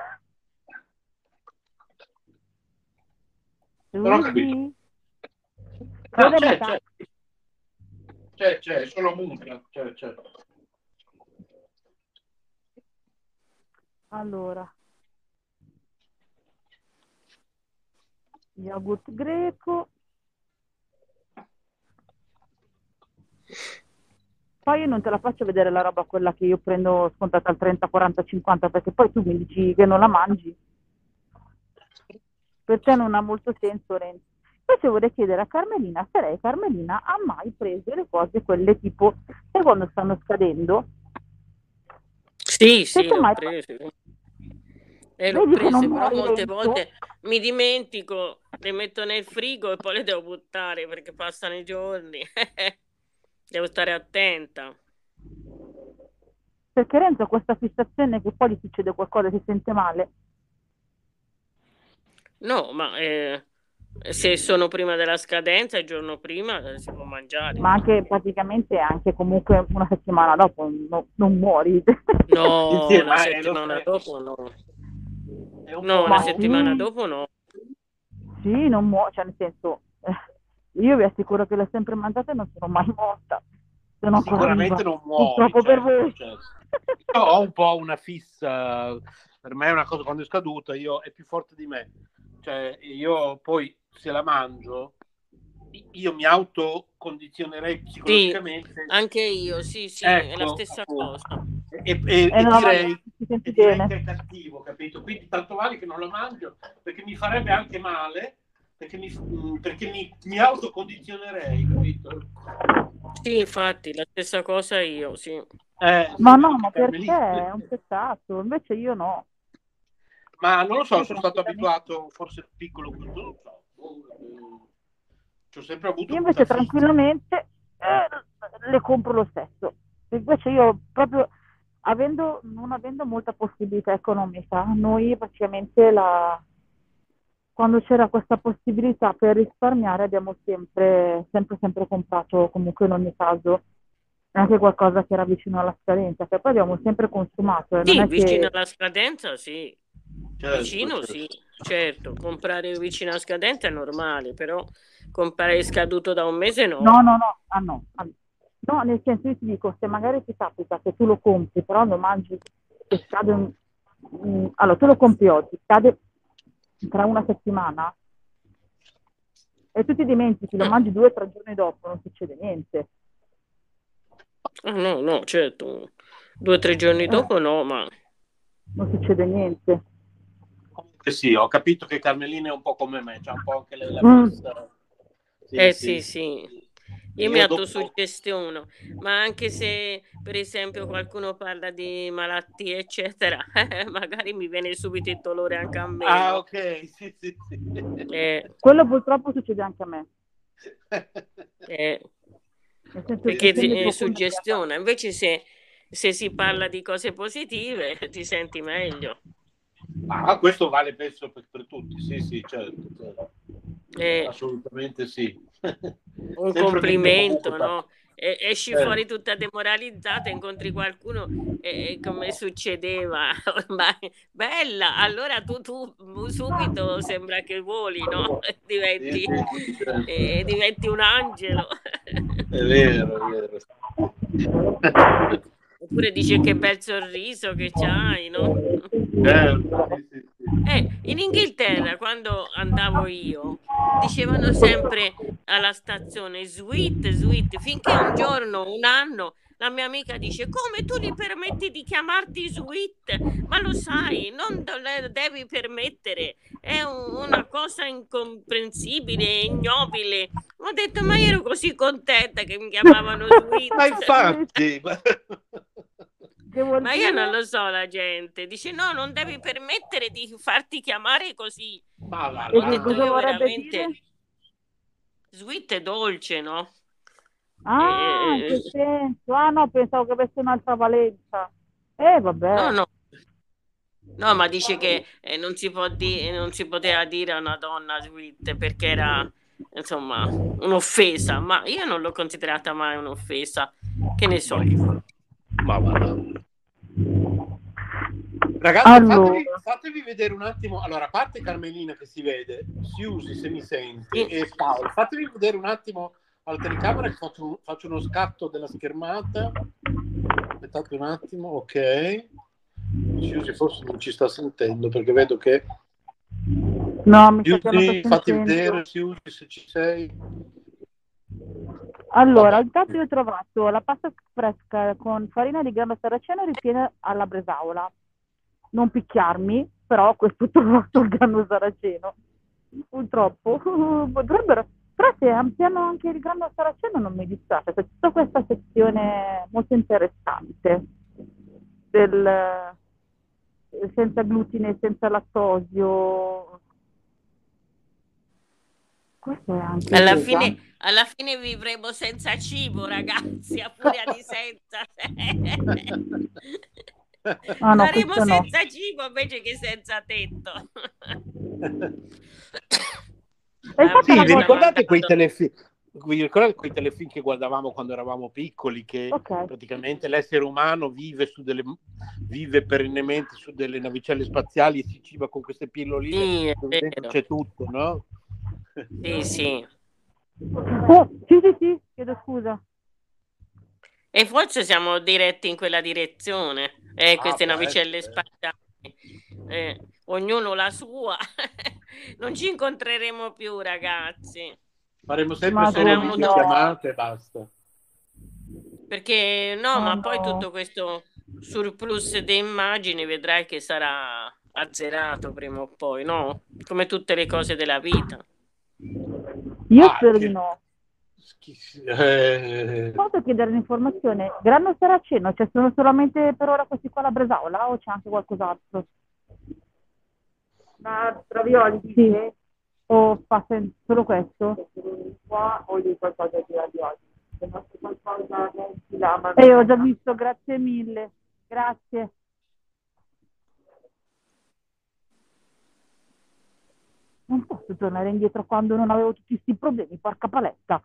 Non ho capito. Susi? No, Credo a c'è, metà. c'è. C'è, c'è, è solo musica. C'è, c'è. Allora, yogurt greco. Poi io non te la faccio vedere la roba quella che io prendo scontata al trenta, quaranta, cinquanta, perché poi tu mi dici che non la mangi. Per te non ha molto senso, Renzo. Poi se vorrei chiedere a Carmelina, se lei, Carmelina, ha mai preso le cose quelle tipo, sai quando stanno scadendo? Sì, Se sì, tu l'ho mai- prese. E l'ho Vedi che non prese, però muori, molte Renzo? volte mi dimentico, le metto nel frigo e poi le devo buttare perché passano i giorni. Devo stare attenta. Perché Renzo ha questa fissazione che poi gli succede qualcosa e si sente male. No, ma eh, se sono prima della scadenza, il giorno prima eh, si può mangiare. Ma anche praticamente anche comunque una settimana dopo no- non muori. No, Sì, sì, una ma è lo settimana stesso. dopo no. È un No, po' una Ma settimana sì. dopo no. Sì, non muore, cioè nel senso, eh, io vi assicuro che l'ho sempre mangiata e non sono mai morta. Sono ancora Sicuramente viva. non muori. Purtroppo per certo, voi. certo. Io ho un po' una fissa, per me è una cosa quando è scaduta, io è più forte di me. Cioè, io poi se la mangio, io mi autocondizionerei Sì, psicologicamente. anche io, sì, sì, è la Ecco, stessa appunto. cosa. E, e, E e non la direi, mangio, ti senti e direi bene. che è cattivo, capito? Quindi tanto vale che non la mangio, perché mi farebbe anche male, perché mi, perché mi, mi autocondizionerei, capito? Sì, infatti, la stessa cosa io, sì. Eh, Ma sì, no, vedo ma che perché? Carmelina- È un peccato. Invece io no. Ma non lo so, Io sono stato tranquillamente- abituato, forse piccolo, non lo so. Ci ho sempre avuto Io invece questa fissa. tranquillamente eh, le compro lo stesso. Invece io proprio avendo, non avendo molta possibilità economica, noi praticamente la, quando c'era questa possibilità per risparmiare abbiamo sempre, sempre, sempre comprato comunque in ogni caso anche qualcosa che era vicino alla scadenza, che poi abbiamo sempre consumato e non Sì, è vicino che... alla scadenza, sì. Certo, Vicino, certo. sì, certo. Comprare vicino alla scadenza è normale, però comprare scaduto da un mese no. No, no, no, ah no, ah, no. No, nel senso io ti dico, se magari ti capita che tu lo compri, però lo mangi che scade un- mm, allora tu lo compri oggi, scade tra una settimana e tu ti dimentichi, lo Ah. mangi due o tre giorni dopo, non succede niente. Ah, no, no, certo. Due o tre giorni Eh, dopo no, ma non succede niente. Comunque sì, ho capito che Carmelina è un po' come me, c'ha un po' anche lei la Mm. fissa. Sì, eh sì. sì, sì. E Io mi io dopo... autosuggestiono, ma anche se per esempio qualcuno parla di malattie, eccetera, magari mi viene subito il dolore anche a me, Ah, no? ok, sì, sì, sì. Eh, Quello purtroppo succede anche a me. eh, Nel senso perché che ti essendo eh, profonda suggestiona. Invece se, se si parla di cose positive ti senti meglio. Ah, questo vale penso per, per tutti, sì, sì, certo, certo. Eh, Assolutamente sì. un Sempre meglio complimento, comunque. no? E, esci Certo. fuori tutta demoralizzata, incontri qualcuno e, e come succedeva ormai bella, allora tu, tu subito sembra che voli, no? Diventi, Sì, sì, sì, certo. eh, diventi un angelo. È vero, è vero. Oppure dice che bel sorriso che c'hai, no? Certo, sì, sì, sì. Eh, in Inghilterra, quando andavo io, dicevano sempre alla stazione sweet, sweet, finché un giorno, un anno, la mia amica dice: come tu gli permetti di chiamarti sweet? Ma lo sai, non te le devi permettere, è un- una cosa incomprensibile, ignobile. Ho detto: ma io ero così contenta che mi chiamavano sweet. Ma infatti, ma- Che vuol Ma io non dire? lo so, la gente dice: no, non devi permettere di farti chiamare così. ma va E Ho che là. detto cosa io vorrebbe veramente dire? sweet è dolce, no? Ah, in Eh, quel senso. Ah no, pensavo che avesse un'altra valenza. Eh, no, vabbè. no. No, ma dice che eh, non si può di- non si poteva dire a una donna sweet perché era, insomma, un'offesa, ma io non l'ho considerata mai un'offesa. Che ne so. Ma va là. Ragazzi, Allora, fatevi, fatevi vedere un attimo. Allora, a parte Carmelina che si vede, Siusi se mi senti, Sì. e Paolo, fatevi vedere un attimo alla telecamera che faccio, un- faccio uno scatto della schermata. Aspettate un attimo, ok. Siusi forse non ci sta sentendo perché vedo che... no, mi sa che non sto Siusi, fatti sentendo. vedere, Siusi, se ci sei. Allora, Vabbè. intanto io ho trovato la pasta fresca con farina di grano saraceno ripiena alla bresaola. Non picchiarmi, però questo ho trovato il grano saraceno. Purtroppo potrebbero, però se ampliano anche il grano saraceno non mi dispiace, c'è tutta questa sezione molto interessante del eh, senza glutine, senza lattosio. Questo è anche Alla vegan. fine, alla fine vivremo senza cibo, ragazzi, a furia di senza. Ah no, Saremo questo no. senza cibo invece che senza tetto. E Ah, infatti Sì, una vi cosa, ricordate quei mandando- telefilm? Vi ricordate quei telefilm che guardavamo quando eravamo piccoli, che ok, praticamente l'essere umano vive, su delle, vive perennemente su delle navicelle spaziali e si ciba con queste pilloline Sì, è dove dentro vero. c'è tutto, no? Sì, sì. oh, sì sì sì, chiedo scusa. E forse siamo diretti in quella direzione. Eh, Ah, queste può navicelle essere. spaziali. Eh, ognuno la sua. Non ci incontreremo più, ragazzi. Faremo sempre Ma solo Sarà un Dio mondo... videochiamate e basta. Perché no, oh ma poi no. tutto questo surplus di immagini, vedrai che sarà azzerato prima o poi, no? Come tutte le cose della vita. Io Ah, spero che- di no. Schi- eh, Posso chiedere un'informazione? Grano Saraceno, cioè sono solamente per ora questi qua la bresaola o c'è anche qualcos'altro? Ma ravioli, sì. O fa sen- solo questo? Qua voglio qualcosa di ravioli. Se non c'è qualcosa metti là, ma Eh, ho già visto, grazie mille. Grazie. Non posso tornare indietro quando non avevo tutti questi problemi, porca paletta.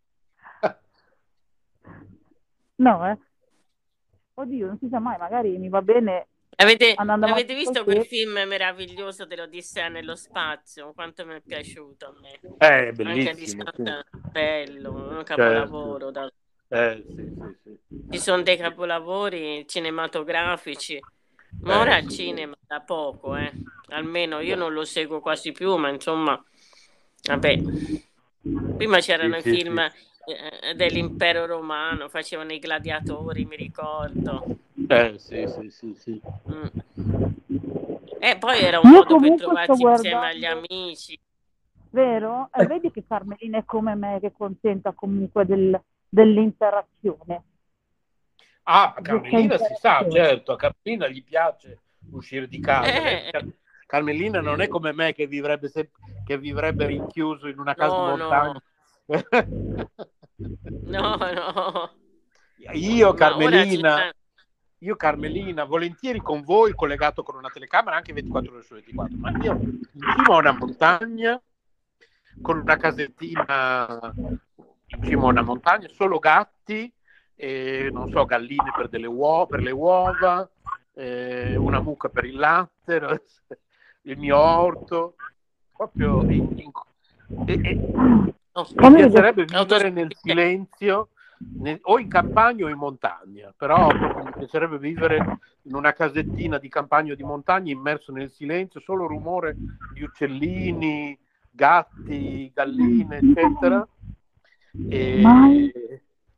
No, eh. Oddio, non si sa mai, magari mi va bene Avete, andando avanti avete visto col quel te. film meraviglioso dell'Odissea nello spazio? Quanto mi è piaciuto a me. è Anche a bellissimo, sì. distanza, bello, un Certo. capolavoro. da- Eh, sì, sì, sì. Ci sono dei capolavori cinematografici, ma ora Eh, il sì. cinema da poco, eh. Almeno io non lo seguo quasi più, ma insomma, vabbè. Prima c'erano Sì, i sì, film eh, dell'impero romano, facevano i gladiatori, mi ricordo. Eh, sì, sì, sì, sì. Mm. E poi era un Io modo per comunque sto trovarsi insieme agli guardando, amici. vero? Eh, vedi che Carmelina è come me, che è contenta comunque del- dell'interazione. Ah, a Di questa Carmelina si sa, interazione. certo, a Carmelina gli piace uscire di casa. Lei- Eh, Car- Carmelina non è come me che vivrebbe, se- che vivrebbe rinchiuso in una casa no, in no, montagna. no, no. Io, Ma ora ci Carmelina, sta- io, Carmelina, volentieri con voi, collegato con una telecamera anche ventiquattro ore su ventiquattro, ma io in cima a una montagna, con una casettina in cima a una montagna, solo gatti, e, non so, galline per, delle uova, per le uova, eh, una mucca per il latte, il mio orto, proprio in- in- e- e- oh, mi Come piacerebbe vivere autosufficiente. nel silenzio, ne- o in campagna o in montagna, però proprio mi piacerebbe vivere in una casettina di campagna o di montagna immerso nel silenzio, solo rumore di uccellini, gatti, galline, eccetera. Mai. E,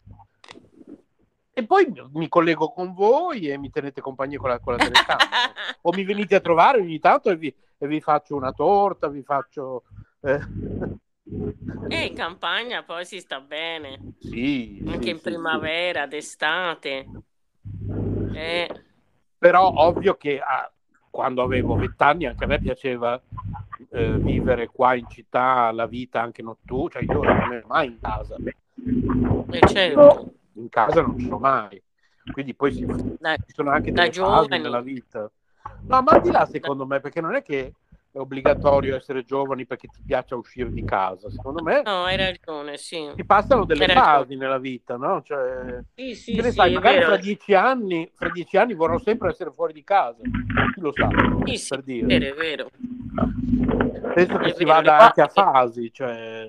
e poi mi collego con voi e mi tenete compagnia con la, con la telecamera. O mi venite a trovare ogni tanto e vi, e vi faccio una torta, vi faccio... eh, E in campagna poi si sta bene, Sì, anche sì, in sì, primavera, d'estate. Eh, sì. Però ovvio che ah, quando avevo vent'anni anche a me piaceva eh, vivere qua in città la vita anche notturna, cioè io non ero mai in casa, e certo, in casa non sono mai, quindi poi si, da, ci sono anche da delle fasi nella giovani. vita. No, ma al di là secondo me, perché non è che è obbligatorio essere giovani perché ti piaccia uscire di casa, secondo me No, hai ragione, sì. si passano delle Hai ragione. fasi nella vita, no? Cioè, Sì, sì, che ne sì, sai, è magari vero. fra dieci anni, fra dieci anni vorrò sempre essere fuori di casa, chi lo sa, Sì, sì, per è dire. vero, è vero. Penso che È si vero, le vada anche a fasi- fasi, cioè...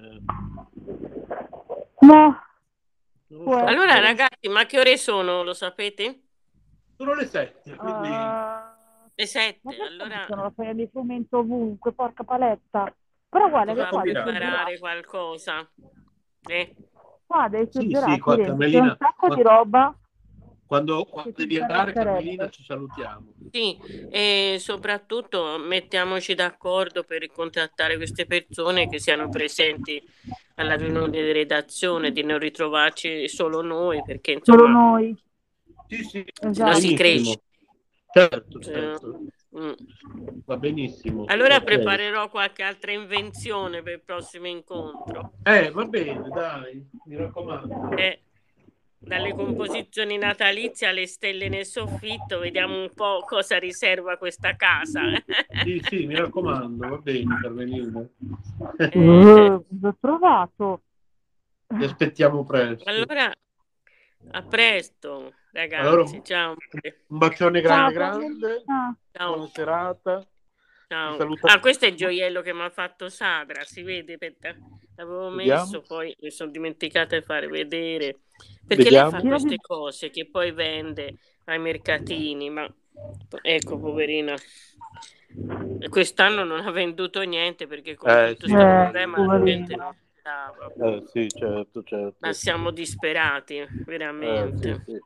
No. non Può so. Allora, ragazzi, ma che ore sono? Lo sapete? Sono le sette, quindi... Ah, Le ma sette. perché Allora sono la foglia di frumento ovunque, porca paletta. Però guarda si che va a qua dei combinare. preparare surgelati, qualcosa. Eh? qua dei Sì, sì, surgelati, qua, Renzo, c'è un Carmelina, sacco qua- di roba quando, che quando ti devi andare, Carmelina, interesserebbe. ci salutiamo. Sì, e soprattutto mettiamoci d'accordo per contattare queste persone che siano presenti alla riunione di redazione, di non ritrovarci solo noi, perché Solo insomma, noi. Sì, sì, se no Esatto. si cresce. certo, Se certo, no- Mm. va benissimo. Allora Ok. preparerò qualche altra invenzione per il prossimo incontro. Eh, va bene, dai, mi raccomando. Eh, dalle composizioni natalizie alle stelle nel soffitto, vediamo un po' cosa riserva questa casa. Sì, sì, mi raccomando, va bene, Carmelina. Eh, Uh, l'ho trovato. Ti aspettiamo presto. allora, a presto, ragazzi. Allora, Ciao. un bacione Ciao, grande, grande. Carmelina. Ciao. Buona serata. Ciao. Ti saluta- Ah, questo è il gioiello che mi ha fatto Sadra, si vede? Aspetta, l'avevo Vediamo. messo, poi mi sono dimenticata di fare vedere. Perché Vediamo. lei fa queste cose che poi vende ai mercatini, ma ecco, poverina. Quest'anno non ha venduto niente perché con Eh, tutto sì. questo Eh, problema la poverina. gente non si dava. Eh, sì, certo, certo. Ma siamo disperati, Eh, veramente. sì, sì,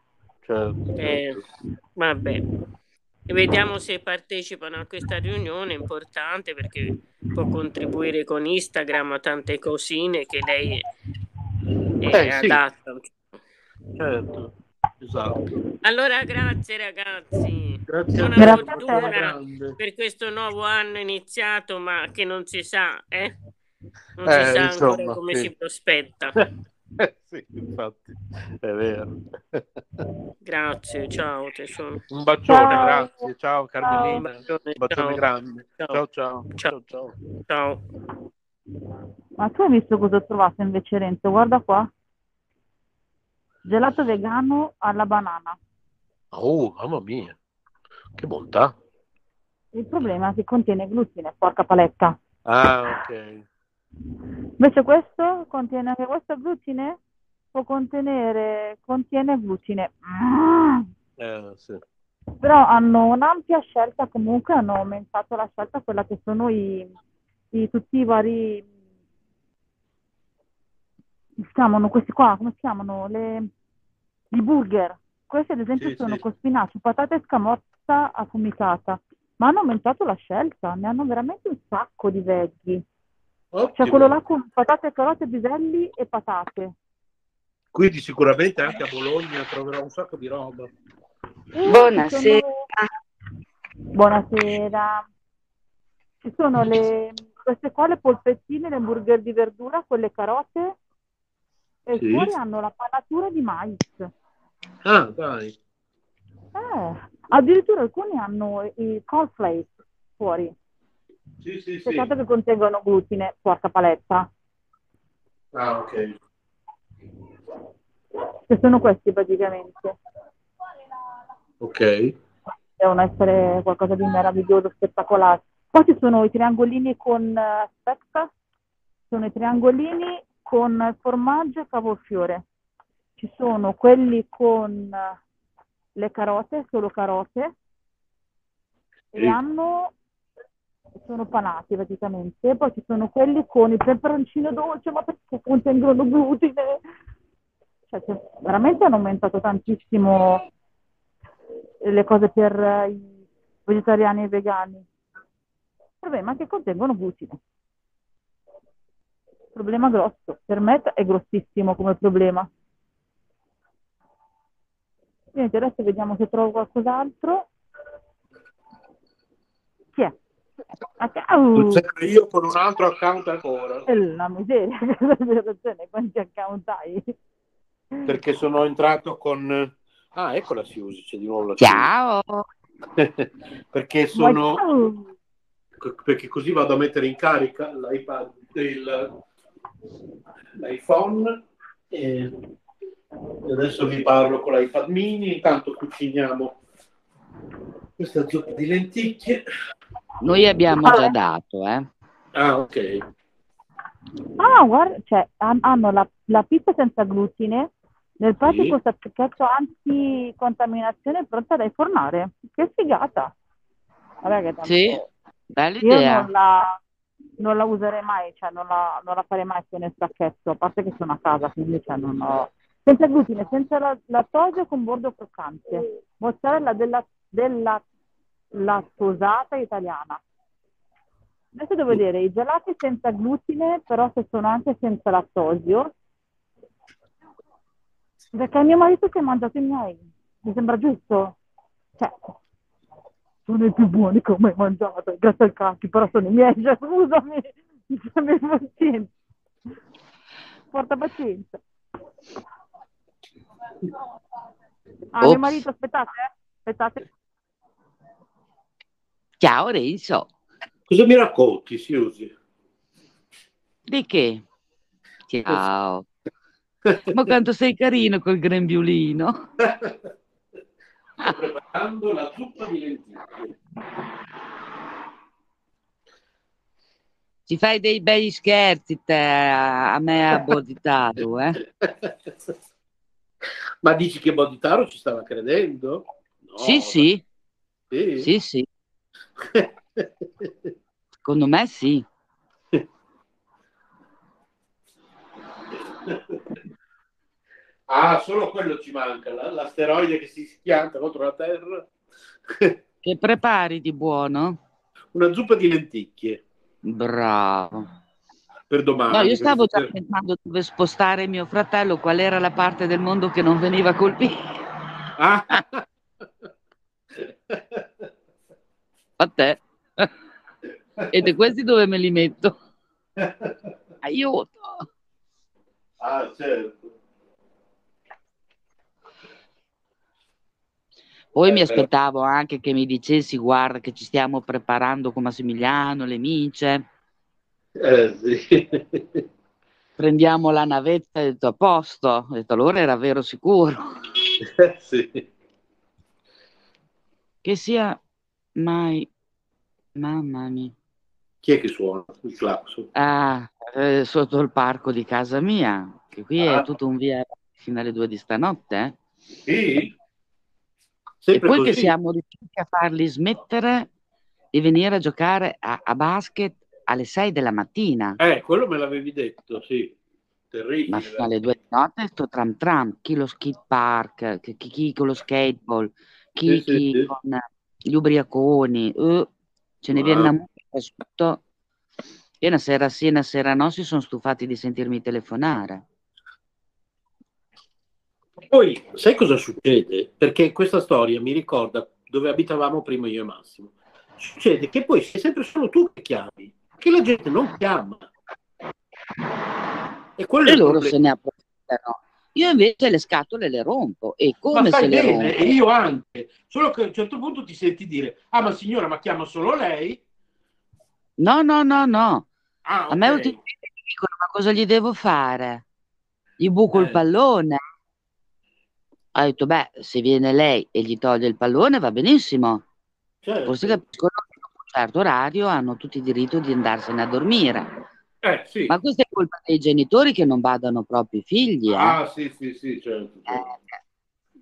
certo, Eh, certo. vabbè. E vediamo se partecipano a questa riunione importante, perché può contribuire con Instagram a tante cosine che lei è Eh sì, adatta. certo, esatto. Allora, grazie ragazzi. Grazie a Buona te, un Grazie a bacione te. fortuna grande. per questo nuovo anno iniziato, ma che non si sa, eh? Non si Eh, sa ancora insomma, come sì. si prospetta. Eh, sì, infatti, è vero. Grazie, ciao tesoro. Un bacione, Ciao. grazie. Ciao Un Carmelina. bacione, Un bacione ciao. grande. Ciao. Ciao, ciao. Ciao. Ciao, ciao. Ciao. Ma tu hai visto cosa ho trovato invece, Renzo? Guarda qua. Gelato vegano alla banana. Oh, mamma mia, che bontà. Il problema è che contiene glutine, porca paletta. Ah, ok. Invece questo contiene anche questo glutine? Può contenere, contiene glutine. Mm. Eh, sì. Però hanno un'ampia scelta, comunque hanno aumentato la scelta, quella che sono i, i tutti i vari, come si chiamano questi qua, come si chiamano? Le, i burger. Questi ad esempio Sì, sono sì. con spinaci, patate e scamorza affumicata, ma hanno aumentato la scelta, ne hanno veramente un sacco di veggie. C'è quello là Ottimo. con patate, carote, piselli e patate. Quindi sicuramente anche a Bologna troverò un sacco di roba. E ci Buonasera. sono... Buonasera. Ci sono le, queste qua, le polpettine, le hamburger di verdura con le carote e Sì. fuori hanno la panatura di mais. Ah, dai. Eh, addirittura alcuni hanno i cornflakes fuori. Sì, sì, sì. Peccato che contengono glutine, porca paletta. Ah, ok. Che sono questi praticamente. Ok. Devono essere qualcosa di meraviglioso, spettacolare. Poi ci sono i triangolini con, aspetta, sono i triangolini con formaggio e cavolfiore. Ci sono quelli con le carote, solo carote, e Sì. hanno, sono panati praticamente. Poi ci sono quelli con il peperoncino dolce, ma perché contengono glutine? Cioè, cioè, veramente hanno aumentato tantissimo le cose per eh, i vegetariani e i vegani. Il problema è che contengono glutine. Problema grosso. Per me è grossissimo come problema. Niente, adesso vediamo se trovo qualcos'altro. Chi è? Sono Uh, sempre io con un altro account ancora. è la miseria, cosa ragione, quanti account hai? Perché sono entrato con... Ah, ecco la Siusi, c'è di nuovo la Siusi. Ciao. Perché Ma sono... ciao! Perché così vado a mettere in carica l'iPad, il, l'iPhone e adesso vi parlo con l'iPad mini. Intanto cuciniamo questa zuppa di lenticchie. Noi abbiamo già dato, eh. Ah, ok. Ah, guarda, cioè, han- hanno la, la pizza senza glutine nel prezzo Sì. questo pacchetto anticontaminazione pronta da infornare. Che figata! Vabbè, che tanto Sì, bella io idea. non la, non la userei mai, cioè non la, non la farei mai nel sacchetto, a parte che sono a casa, quindi cioè, non ho... Senza glutine, senza la- lattosio con bordo croccante, mozzarella della, della lattosata italiana. Adesso devo vedere i gelati senza glutine, però se sono anche senza lattosio, perché mio marito si è mangiato i miei, mi sembra giusto. Cioè, sono i più buoni che ho mai mangiato, grazie al cacchio, però sono i miei, cioè, scusami, abbi pazienza. Porta pazienza. Ah, mio Ops. marito, aspettate, eh. Aspettate. Ciao Renzo. Cosa mi racconti, Siusi? Di che? Ciao. Ma quanto sei carino col grembiulino. Sto preparando la zuppa di lenticchie. Ci fai dei bei scherzi te, a me a Boditaro, eh? Ma dici che Boditaro ci stava credendo? No, Sì, sì. Sì? Sì, sì. Secondo me sì. Ah, solo quello ci manca, la- l'asteroide che si schianta contro la Terra. Che prepari di buono? Una zuppa di lenticchie Bravo. per No, domani. io stavo già perché- pensando dove spostare mio fratello, qual era la parte del mondo che non veniva colpita. Ah. A te. E di questi dove me li metto? Aiuto. Ah, certo. Poi mi Eh, però- aspettavo anche che mi dicessi, guarda che ci stiamo preparando con Massimiliano, le micie, eh, sì. prendiamo la navetta, ho detto a posto, ho detto allora era vero sicuro. Eh, sì. Che sia mai, mamma mia, Chi è che suona il clacson? ah, eh, sotto il parco di casa mia, che qui è Ah, tutto un via fino alle due di stanotte, eh. sì? E Sempre poi che così? siamo riusciti a farli smettere di venire a giocare a, a basket alle sei della mattina. Eh, quello me l'avevi detto, sì. Ma Terribile. fino alle due di notte sto tram tram, chi lo skate park, chi, chi- chi con lo skateball, chi, Sì, sì, chi sì. con gli ubriaconi, eh, ce ne viene Ma- una musica sotto. E una sera sì, una sera no, si sono stufati di sentirmi telefonare. Poi, sai cosa succede? Perché questa storia mi ricorda dove abitavamo prima io e Massimo. Succede che poi sei sempre solo tu che chiami, che la gente non chiama. E quello è E il loro problema. se ne approfittano. Io invece le scatole le rompo. E Ma come se fai le bene, e rompo? io anche. Solo che a un certo punto ti senti dire, ah, ma signora, ma chiama solo lei? No, no, no, no. Ah, A me ok. ultimamente mi dicono, ma cosa gli devo fare? Gli buco il Eh, pallone? Ho detto, beh, se viene lei e gli toglie il pallone va benissimo. Forse certo. capiscono che dopo un certo orario hanno tutti il diritto di andarsene a dormire. Eh, sì. Ma questa è colpa dei genitori che non badano proprio i figli, eh? Ah, sì, sì, sì, certo, certo. Eh,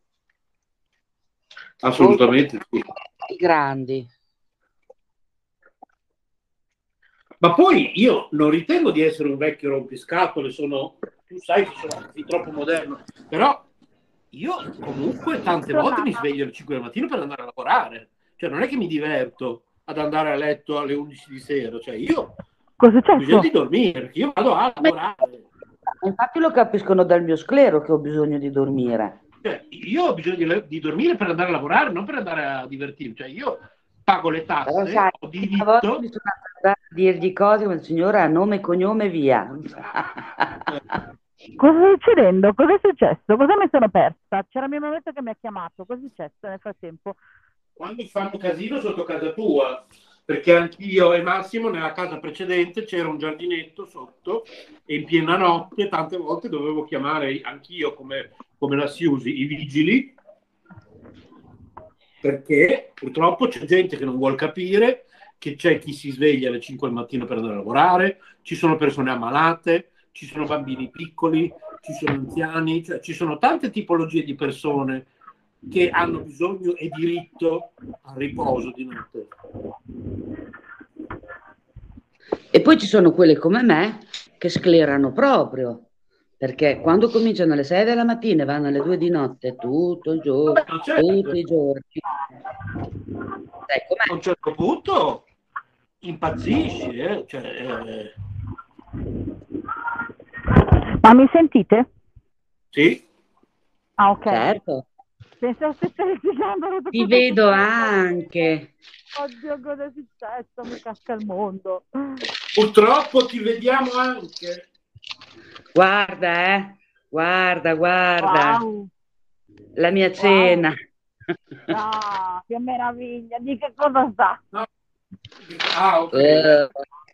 Assolutamente sì. i grandi. Ma poi io non ritengo di essere un vecchio rompiscatole, sono, tu sai che sono anche troppo moderno, però io comunque tante volte mi sveglio alle cinque del mattino per andare a lavorare, cioè non è che mi diverto ad andare a letto alle undici di sera, cioè io Cosa è ho bisogno successo? di dormire, perché io vado a lavorare, Infatti lo capiscono dal mio sclero che ho bisogno di dormire. cioè, io ho bisogno di, di dormire per andare a lavorare, non per andare a divertirmi, cioè io pago le Però tasse, sai, ho una volta diritto. mi sono andata a dirgli cose come il signore ha nome e cognome via. Cosa sta succedendo? Cosa è successo? Cosa mi sono persa? C'era mio marito che mi ha chiamato. Cosa è successo nel frattempo? Quando fanno casino sotto casa tua, perché anch'io e Massimo nella casa precedente c'era un giardinetto sotto e in piena notte tante volte dovevo chiamare anch'io come, come la Siusi i vigili, perché purtroppo c'è gente che non vuol capire che c'è chi si sveglia alle cinque del mattino per andare a lavorare, ci sono persone ammalate, ci sono bambini piccoli, ci sono anziani, cioè ci sono tante tipologie di persone che hanno bisogno e diritto al riposo di notte. E poi ci sono quelle come me che sclerano proprio, perché quando cominciano alle sei della mattina e vanno alle due di notte tutto il giorno, Vabbè, non c'è- tutti i giorni. Sai com'è? a un certo punto impazzisci, eh? Cioè, eh, Ma mi sentite? sì, Ah, ok. Certo, Pensavo stessi litigando. ti vedo anche. Oddio, cosa è successo? Mi casca il mondo. purtroppo ti vediamo anche. Guarda, eh, guarda, guarda, Wow. la mia Wow. cena. Ah, che meraviglia. Di che cosa sta? No. Ah, ok. Eh.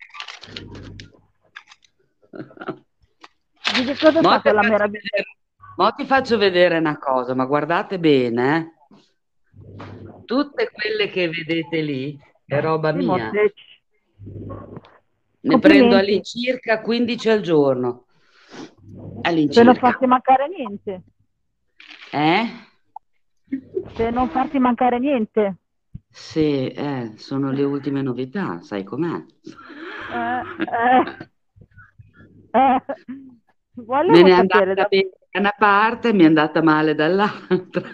Di che cosa Mo sta ti quella faccio meraviglia? vedere- mo ti faccio vedere una cosa, ma guardate bene, eh. Tutte quelle che vedete lì è roba Sì, mia. molteplici. Ne prendo Complimenti. all'incirca quindici al giorno. Se non All'incirca. farti mancare niente. Eh? Se non farti mancare niente. Sì, eh, sono le ultime novità, sai com'è? Eh, eh, eh. Me Volevo ne è sapere andata da... bene da una parte e mi è andata male dall'altra.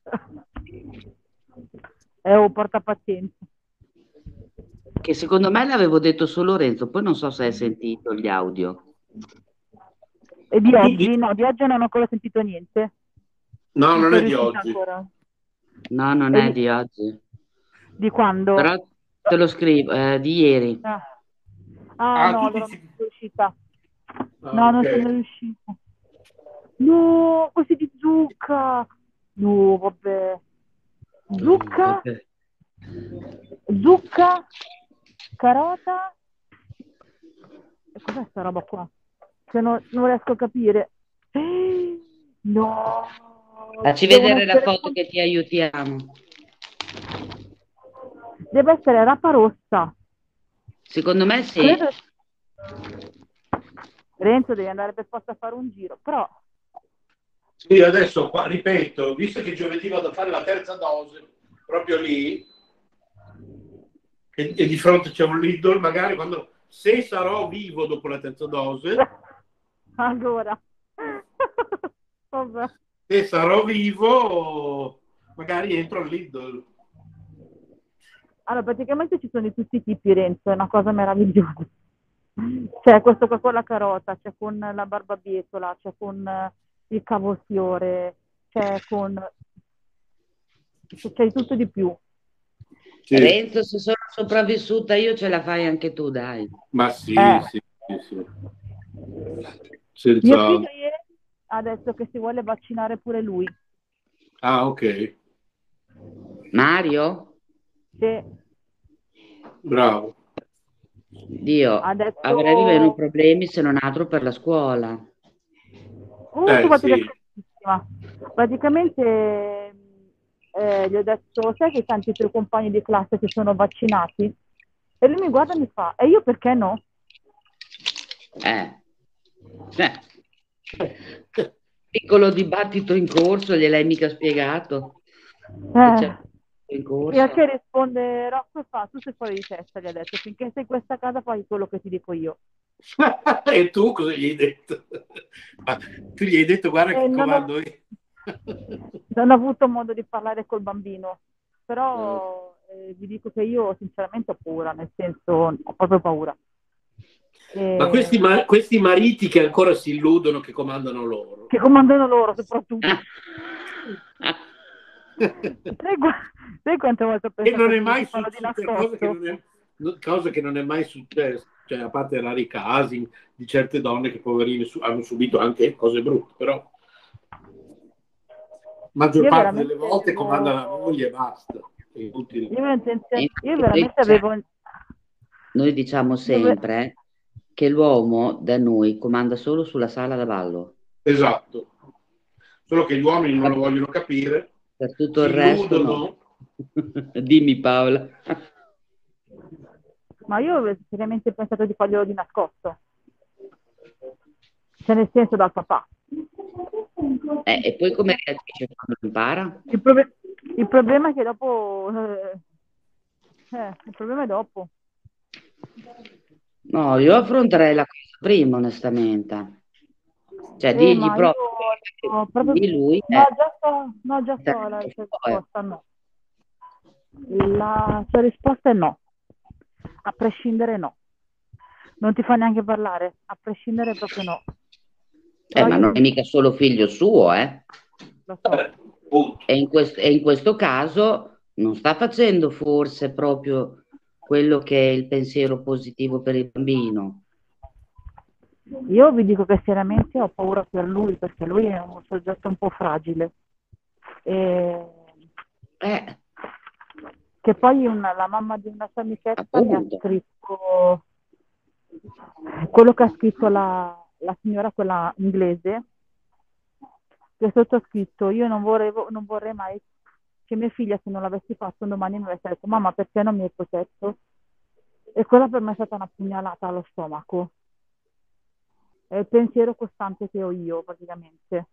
Eh, oh, porta pazienza. Che secondo me l'avevo detto solo Renzo, poi non so se hai sentito gli audio. E di Tu oggi? di- No, di oggi non ho ancora sentito niente. No, Non non sono è di riuscita oggi. ancora. No, non E è di, di oggi, di quando? però te lo scrivo, eh, di ieri. Ah, Ah, Ah, no, tu allora non dici... sono riuscita. Ah, No, non sono ok. riuscita. No, così di zucca. No, vabbè. Mm, Zucca, vabbè. zucca, carota. E cos'è sta roba qua? Che non, non riesco a capire. Eh, No, Facci devono vedere la essere, foto che ti aiutiamo. deve essere rapa rossa. Secondo me sì. Credo. Renzo devi andare per forza a fare un giro, però Sì, adesso qua, ripeto, visto che giovedì vado a fare la terza dose, proprio lì, e, e di fronte c'è un Lidl, magari quando, se sarò vivo dopo la terza dose, allora. Vabbè. se sarò vivo, magari entro al Lidl. Allora, praticamente ci sono di tutti i tipi, Renzo, è una cosa meravigliosa. C'è questo qua con la carota, c'è con la barbabietola, c'è con eh, il cavolfiore, c'è con... c'è di tutto di più. Sì, Renzo, se sono sopravvissuta io, ce la fai anche tu, dai. ma sì, Eh. sì, sì, sì. Mio Senza... figlio ieri ha detto che si vuole vaccinare pure lui. Ah, ok, Mario? Sì, bravo. Dio, ha detto... avrei meno problemi se non altro per la scuola. Uh, Eh, tu fate sì. d'accordissima. Praticamente eh, gli ho detto, sai che tanti tuoi compagni di classe si sono vaccinati? E lui mi guarda e mi fa, e io perché no? Eh. Eh. Piccolo dibattito in corso, gliel'hai mica spiegato? Che c'è Eh, in corso? e a che risponde Rocco e fa, tu sei fuori di testa, gli ha detto, finché sei in questa casa fai quello che ti dico io. E tu cosa gli hai detto? Ah, tu gli hai detto guarda E che non ho, comando io. non ho avuto modo di parlare col bambino, però eh, vi dico che io sinceramente ho paura, nel senso ho proprio paura. E... Ma questi, ma- questi mariti che ancora si illudono che comandano loro. Che comandano loro soprattutto. sai, gu- sai quante volte ho E pensato non è di, mai di farlo di successo, cosa che nascosto? non è, no- cosa che non è mai successo, cioè a parte rari casi di certe donne che poverine su- hanno subito anche cose brutte, però maggior Io parte delle veramente volte comanda la avevo... moglie e basta. È inutile. Io, avevo intenzione- Infatti io noi veramente diciamo, avevo... noi diciamo io ave- sempre che l'uomo da noi comanda solo sulla sala da ballo. Esatto. Solo che gli uomini non Ma lo vogliono capire, per tutto si il resto no. illudono. Dimmi Paola. Ma io avevo seriamente pensato di farglielo di nascosto. Cioè nel senso dal papà. Eh, e poi come reagisce quando impara? Il, prob- il problema è che dopo... Eh, eh, il problema è dopo. No, io affronterei la cosa prima, onestamente. Cioè, Eh, digli ma io proprio no, proprio... di lui No, è già so, no, già so la sua risposta, no. La sua risposta è no. A prescindere no. Non ti fa neanche parlare. A prescindere proprio no. Eh, Però ma io non è ti mica solo figlio suo, eh? lo so. Eh, punto. E in, quest- e in questo caso non sta facendo forse proprio quello che è il pensiero positivo per il bambino. Io vi dico che seriamente ho paura per lui perché lui è un soggetto un po' fragile. E... Eh, Che poi una- la mamma di una sua amichetta mi ha appunto. scritto quello che ha scritto la, la signora, quella inglese, che sotto ha scritto io non vorrei, non vorrei mai che mia figlia, se non l'avessi fatto, un domani mi avesse detto mamma perché non mi hai protetto? E quella per me è stata una pugnalata allo stomaco. È il pensiero costante che ho io praticamente.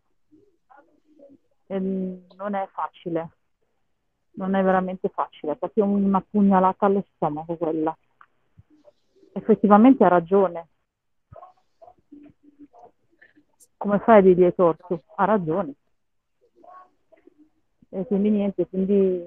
E non è facile, non è veramente facile, è proprio una pugnalata allo stomaco quella. Effettivamente ha ragione. come fai a dirgli hai torto? Ha ragione. E quindi niente, quindi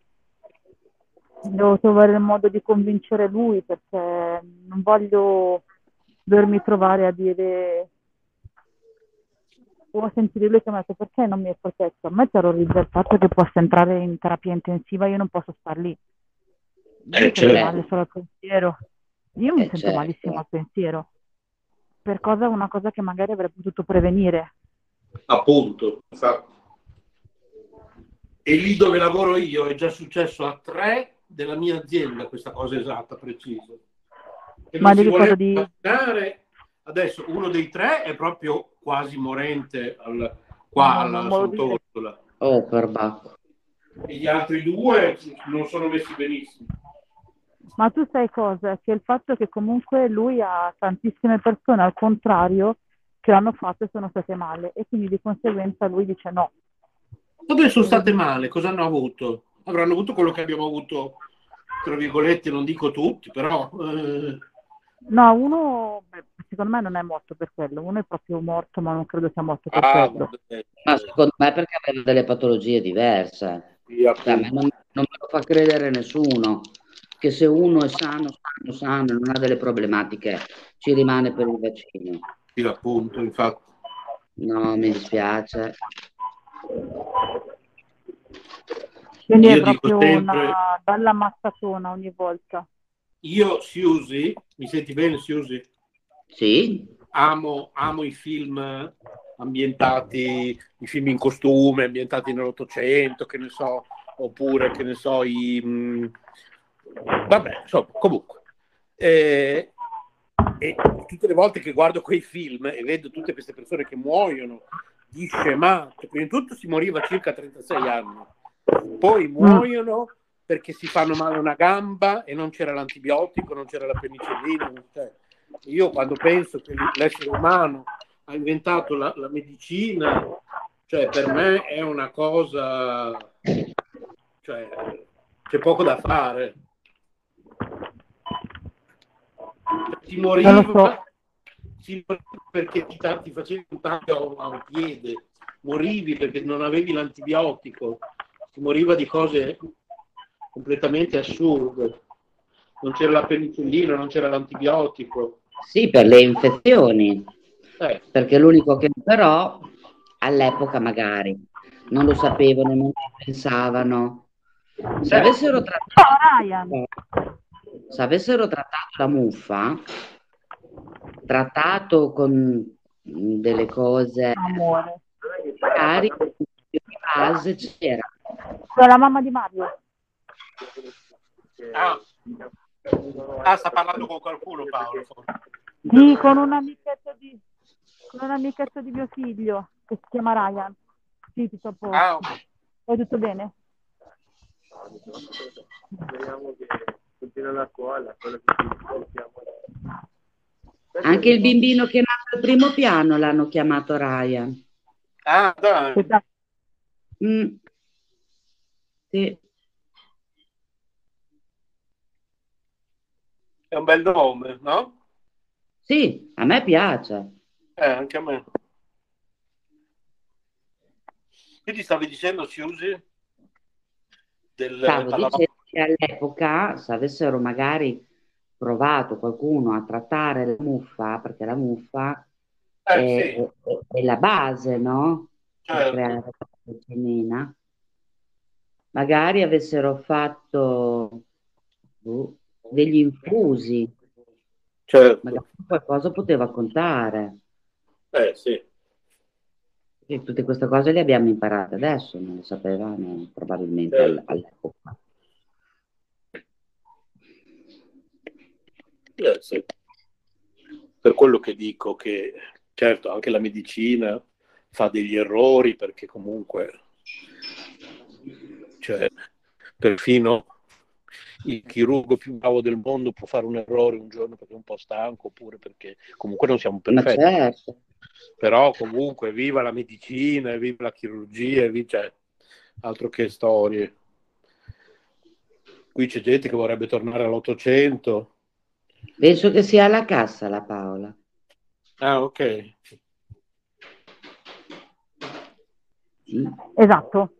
devo trovare il modo di convincere lui, perché non voglio dovermi trovare a dire o a sentire lui che mi ha detto perché non mi hai protetto. A me terrorizza il fatto che possa entrare in terapia intensiva e io non posso star lì. Io Eh, mi sento certo. male solo al pensiero. Io mi Eh, sento malissimo certo. al pensiero. Per cosa una cosa che magari avrei potuto prevenire. Appunto, infatti. E lì dove lavoro io è già successo a tre della mia azienda questa cosa esatta, precisa. E Ma non di si che cosa? voleva Di... immaginare. Adesso uno dei tre è proprio quasi morente al, qua No, non alla me lo dire. Sant'Orsola. Oh, perbacco. E gli altri due non sono messi benissimo. Ma tu sai cosa? Che il fatto che comunque lui ha tantissime persone al contrario che l'hanno fatto e sono state male e quindi di conseguenza lui dice no. Vabbè, sono state male, cosa hanno avuto? Avranno avuto quello che abbiamo avuto, tra virgolette, non dico tutti, però... Eh... No, uno beh, secondo me non è morto per quello, uno è proprio morto ma non credo sia morto per Ah, quello. vabbè. Ma secondo me perché aveva delle patologie diverse. Sì, Cioè, a me appunto. non, non me lo fa credere nessuno che se uno è sano, sano, sano, non ha delle problematiche, ci rimane per il vaccino. Sì, appunto, infatti. No, mi dispiace. Quindi è Io dico proprio sempre, una bella mazzatona ogni volta. io Siusi, mi senti bene Siusi? Sì? Amo, amo i film ambientati, i film in costume, ambientati nell'Ottocento, che ne so, oppure, che ne so, i... Mh, vabbè, insomma, comunque. Eh, e tutte le volte che guardo quei film e vedo tutte queste persone che muoiono di scemate, prima di tutto si moriva a circa trentasei anni, poi muoiono perché si fanno male una gamba e non c'era l'antibiotico, non c'era la penicillina. Cioè, io quando penso che l'essere umano ha inventato la, la medicina, cioè per me è una cosa, cioè c'è poco da fare. Ti moriva, so. si moriva perché ti, ti facevi un taglio a un piede, morivi perché non avevi l'antibiotico, si moriva di cose completamente assurde, non c'era la penicillina, non c'era l'antibiotico. Sì, per le infezioni, Eh. perché l'unico che però all'epoca magari non lo sapevano, non ci pensavano. Se avessero trattato, se avessero trattato la muffa, trattato con delle cose Amore. magari di base c'era. Sono la mamma di Mario. Ah. ah, sta parlando con qualcuno Paolo? Sì, con un amichetto di con un amichetto di mio figlio che si chiama Ryan. Sì, tutto a posto. Ah, okay. È tutto bene? Speriamo che continua la scuola. Anche il bimbino che è nato al primo piano l'hanno chiamato Ryan. Ah, dai. Mm. Sì. È un bel nome, no? Sì, a me piace. Eh, anche a me. Che ti stavi dicendo, Siusi? Del, Stavo parlavamo... dicendo che all'epoca, se avessero magari provato qualcuno a trattare la muffa, perché la muffa eh, è, sì. è, è la base, no? Per Certo. creare la penicillina, magari avessero fatto uh, degli infusi, Certo. magari qualcosa poteva contare. Eh, sì. E tutte queste cose le abbiamo imparate adesso, non le sapevamo probabilmente Certo. all'epoca. Eh, sì. Per quello che dico che, certo, anche la medicina fa degli errori, perché comunque, cioè, perfino il chirurgo più bravo del mondo può fare un errore un giorno perché è un po' stanco, oppure perché comunque non siamo perfetti. Ma certo. Però comunque viva la medicina, viva la chirurgia, viva, cioè, altro che storie. Qui c'è gente che vorrebbe tornare all'Ottocento. Penso che sia alla cassa la Paola. Ah, ok. Kitty? Esatto.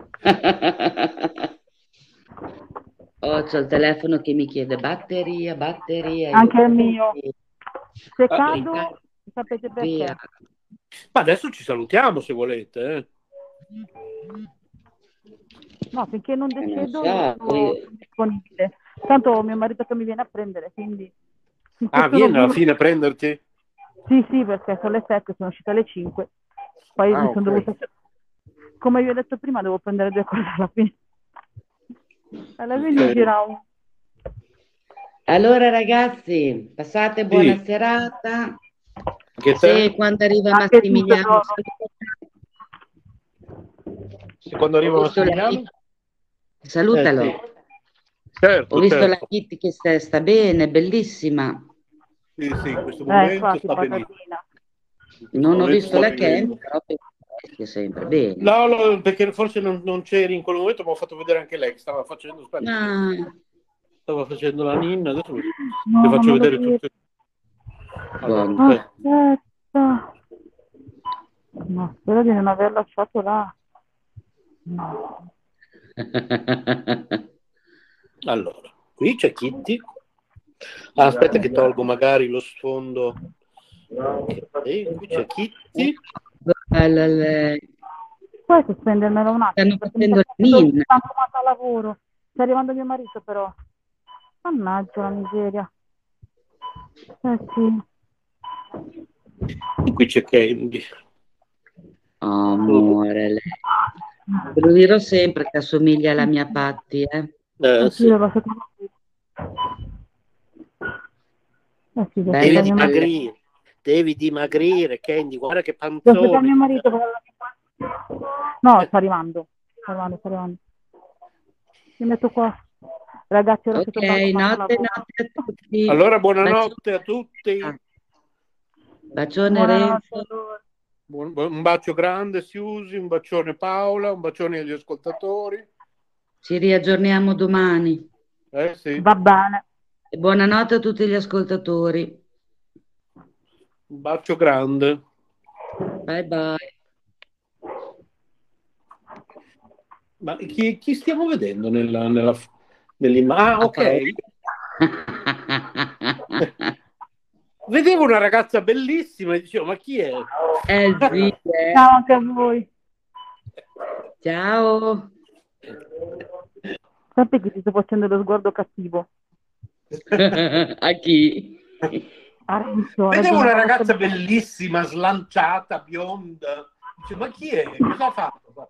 Oh, c'ho il telefono che mi chiede batteria, batteria. io- Anche il mio. Se Ah, cado, sapete Via. perché. Ma adesso ci salutiamo se volete. Eh. No, finché non Eh, non decido so, io sono io- disponibile. Tanto mio marito che mi viene a prendere, quindi finché Ah, sono vieni alla burro- fine a prenderti? Sì, sì, perché sono le sette, sono uscita alle cinque. Poi Ah, mi sono ok. dovuta, come vi ho detto prima, devo prendere due cose alla fine. Alla fine Ok. gira un... Allora ragazzi, passate buona Sì. serata. Anche Se te? quando arriva Anche tu, Massimiliano, tesoro. Se quando arriva ho visto la Massimiliano? Kitty, salutalo. Eh, sì. Certo, Ho visto la certo. Kitty che sta, sta bene, bellissima. Sì, sì, in questo Eh, momento infatti, sta benissimo. patatina. In questo Non ho momento visto sta la benissimo. Ken, però è sempre bene. No, no, perché forse non, non c'eri in quel momento, ma ho fatto vedere anche lei che stava facendo, aspetta, Ah, stava facendo la ninna, adesso vi No, vi non faccio me lo vedere vedo. tutte. Allora, buono. aspetta. Aspetta. No, spero di non aver lasciato là. No. Allora, qui c'è Kitty. Ah, aspetta che tolgo magari lo sfondo. Ok, qui c'è Kitty. Bella lei. Puoi sospendermelo un attimo Stanno perché mi facendo sta la facendo il ninna. bancomat al lavoro. Sta arrivando mio marito però. Mannaggia la miseria. Eh sì. E qui c'è Candy. Oh, amore, lei. Te lo dirò sempre che assomiglia alla mia Patti, eh. Eh, Eh sì, sì. l'ho lasciato qui. Eh sì, Bella Devi aspetta mio marito. bella. dimagrire. Devi dimagrire, Candy. Guarda che Devo aspettare mio panzone. marito. No, sta arrivando. Sta arrivando, sta arrivando. Mi metto qua. Ragazzi, ho lasciato Ok, il bancomat al notte, lavoro. notte a tutti. Allora, Bacione. buonanotte a tutti. Bacione Buonanotte Renzo. allora. Buon- un bacio grande, Siusi, un bacione Paola, un bacione agli ascoltatori. Ci riaggiorniamo domani. Eh sì, Va bene. E buonanotte a tutti gli ascoltatori. un bacio grande. Bye bye. Ma chi, chi stiamo vedendo nella, nella, nell'imma- Ah, A ok. Paola. Vedevo una ragazza bellissima e dicevo, ma chi è? Eh sì, eh. Ciao anche a voi. Ciao. Sappi che ti sto facendo lo sguardo cattivo. A chi? Ha Renzo, ha Vedevo una ragionato ragazza molto bene. bellissima, slanciata, bionda. Dice, ma chi è? Cosa ha fatto?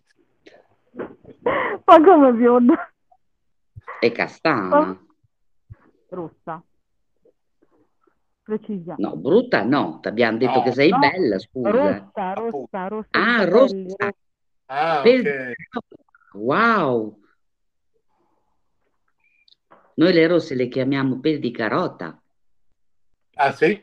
Ma come bionda? È castana. Rossa. Precisa. No, brutta no. Ti abbiamo detto No. che sei No, bella, scusa. rossa, rossa, rossa. Ah, i capelli, rossa. Ah, Per- ok. Wow. Noi le rosse le chiamiamo pel di carota. Ah, sì?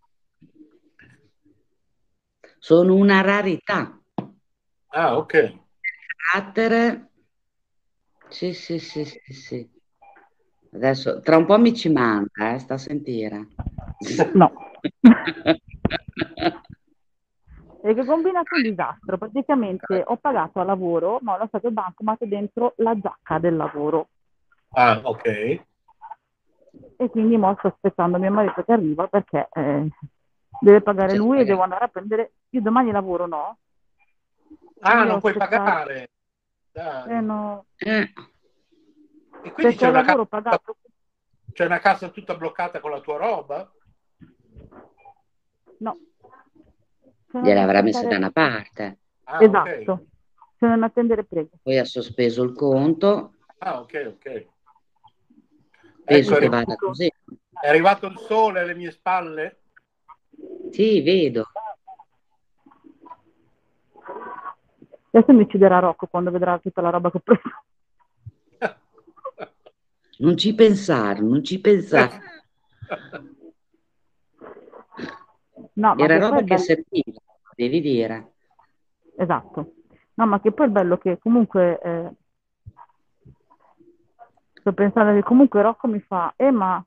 Sono una rarità. Ah, ok. Carattere. Sì, sì, sì, sì, sì. Adesso, tra un po' mi ci manca, eh, sta a sentire. No. E che ho combinato un disastro. Praticamente ho pagato a lavoro, ma ho lasciato il bancomat dentro la giacca del lavoro. Ah, ok. E quindi mo sto aspettando mio marito che arriva perché eh, deve pagare Cioè, lui e ragazzi, devo andare a prendere. Io domani lavoro, no? Ah, Quindi ho non puoi aspettato. pagare. Dai. Eh, no. eh, E quindi Perché c'è al una, lavoro ho casa, pagato. c'è una casa tutta bloccata con la tua roba? No. Sono ad gliel'avrà messa da aspettare. una parte. Ah, Esatto. ok. Sono in attendere prego. Poi ha sospeso il conto. Ah, ok, ok. Penso Ecco, è che arrivato, vada così. è arrivato il sole alle mie spalle? Sì, vedo. Adesso mi ucciderà Rocco quando vedrà tutta la roba che ho preso. Non ci pensare, non ci pensare. No, ma Era che poi roba è che bello. serviva, devi dire. Esatto. No, ma che poi è bello che comunque eh, sto pensando che comunque Rocco mi fa, eh ma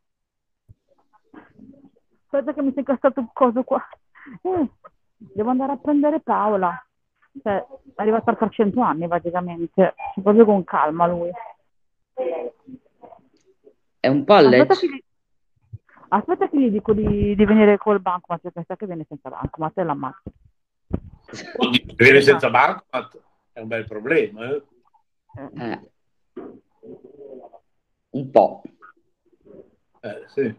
aspetta che mi si è incastrato un coso qua. Eh, devo andare a prendere Paola. Cioè, è arrivato a trecento anni praticamente, cioè, proprio con calma lui. È un Aspetta college? che gli, aspetta che gli dico di, di venire col bancomat, perché sa che viene senza bancomat e l'ammazza. Viene senza bancomat è un bel problema. Eh? Eh. Un po'. Eh, sì.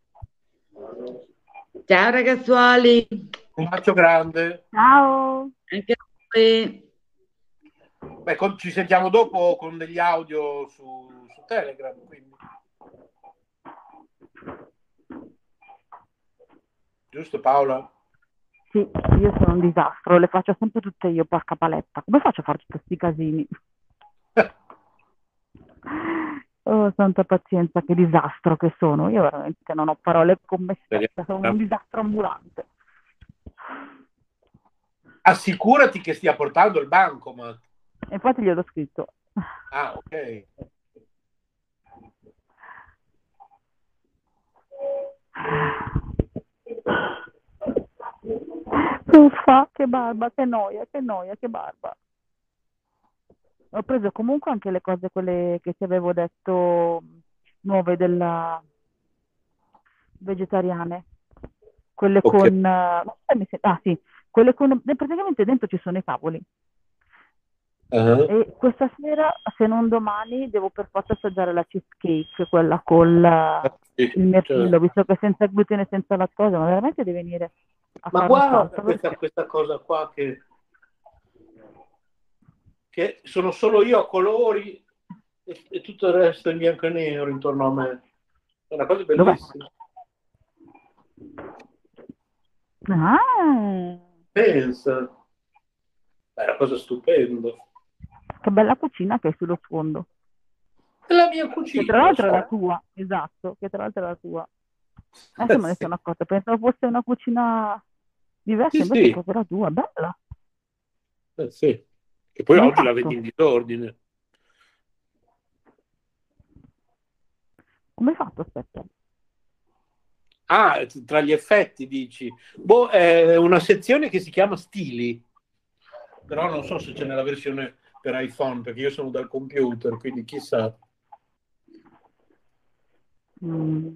Ciao ragazzuoli. Un bacio grande. Ciao. Anche a voi. Beh, con, ci sentiamo dopo con degli audio su, su Telegram. Quindi. Giusto Paola? Sì, io sono un disastro, le faccio sempre tutte io, porca paletta. Come faccio a fare tutti questi casini? Oh, santa pazienza, che disastro che sono. Io veramente non ho parole con me stessa, sono un disastro ambulante. Assicurati che stia portando il bancomat. Infatti gliel'ho scritto. Ah, ok. Uffa, che barba, che noia, che noia, che barba. Ho preso comunque anche le cose, quelle che ti avevo detto, nuove della vegetariane. Quelle Okay. con... Uh, ah sì, quelle con... praticamente dentro ci sono i cavoli. Uh-huh. E questa sera, se non domani, devo per forza assaggiare la cheesecake, quella con Sì, il mirtillo, cioè. visto che è senza glutine e senza lattosio, ma veramente deve venire a Ma fare un guarda salto. questa, Perché... questa cosa qua che, che sono solo io a colori e, e tutto il resto è in bianco e nero intorno a me. È una cosa bellissima. Ah, Pensa. È una cosa stupenda. che bella cucina che hai sullo sfondo. È la mia cucina. Che tra l'altro so. è la tua, esatto, che tra l'altro è la tua. Adesso me ne sono accorta, pensavo fosse una cucina diversa, Sì, invece sì. è proprio la tua, bella. Eh, sì. E poi Come oggi hai la fatto? vedi in disordine. Come hai fatto, aspetta? Ah, tra gli effetti dici. Boh, è una sezione che si chiama stili. Però non so se c'è nella versione per iPhone, perché io sono dal computer, quindi chissà. Mm.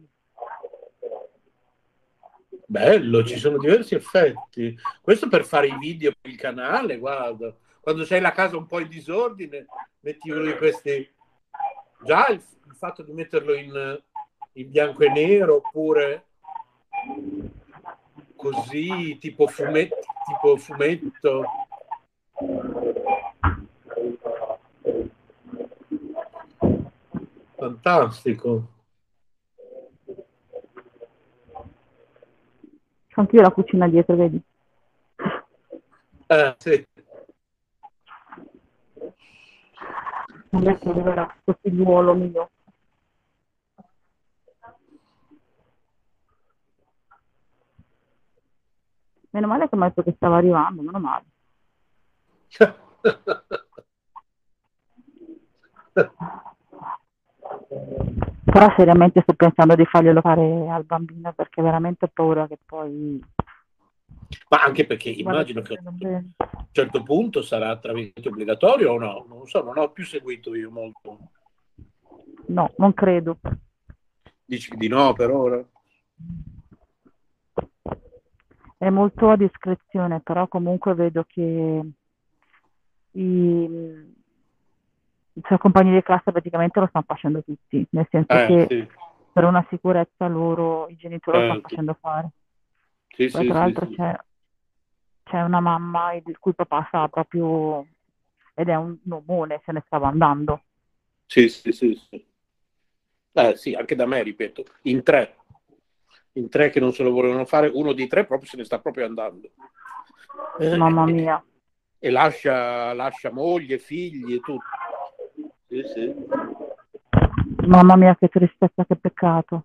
Bello, ci sono diversi effetti. Questo per fare i video per il canale, guarda. Quando sei la casa un po' in disordine, metti uno di questi. Già il, il fatto di metterlo in, in bianco e nero, oppure così, tipo fumetto, tipo fumetto. Fantastico. C'ho anch'io la cucina dietro, vedi? Eh, sì. Adesso arriverà questo figliuolo mio. Meno male che mi ha detto che stava arrivando, meno male. Però seriamente sto pensando di farglielo fare al bambino, perché veramente ho paura che poi... Ma anche perché Guarda, immagino che a un certo punto sarà tramite obbligatorio o no? Non so, non ho più seguito io molto. No, non credo. Dici di no per ora? È molto a discrezione, però comunque vedo che i, i suoi compagni di classe praticamente lo stanno facendo tutti, nel senso Eh, che sì. per una sicurezza loro, i genitori lo stanno Eh, facendo fare. sì, Poi sì, tra sì, l'altro sì. c'è, c'è una mamma il cui papà sta proprio, ed è un omone, se ne stava andando. Sì, sì, sì, sì. Eh, sì, anche da me, ripeto, in tre. In tre che non se lo volevano fare, uno dei tre proprio se ne sta proprio andando. Eh, Mamma mia. E lascia, lascia moglie, figli e tutto. Sì, sì. Mamma mia, che tristezza, che peccato.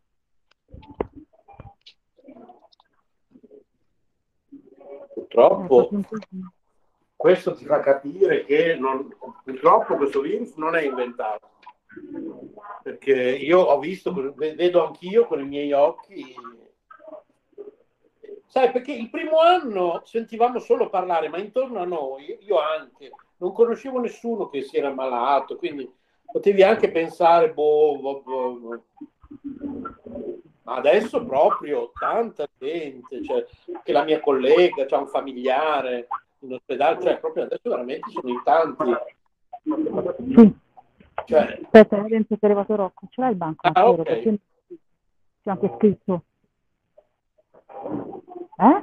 Purtroppo questo ti fa capire che non, purtroppo questo virus non è inventato. Perché io ho visto, vedo anch'io con i miei occhi, Sai, perché il primo anno sentivamo solo parlare, ma intorno a noi, io anche, non conoscevo nessuno che si era ammalato, quindi potevi anche pensare, boh, boh, boh, boh. Ma adesso proprio tanta gente, cioè, che la mia collega, c'ha un familiare in ospedale, cioè proprio adesso veramente sono in tanti. Sì. Cioè... Aspetta, penso che è arrivato Rocco, ce l'hai il banco? Ah, ok. Perché c'è anche scritto. Eh?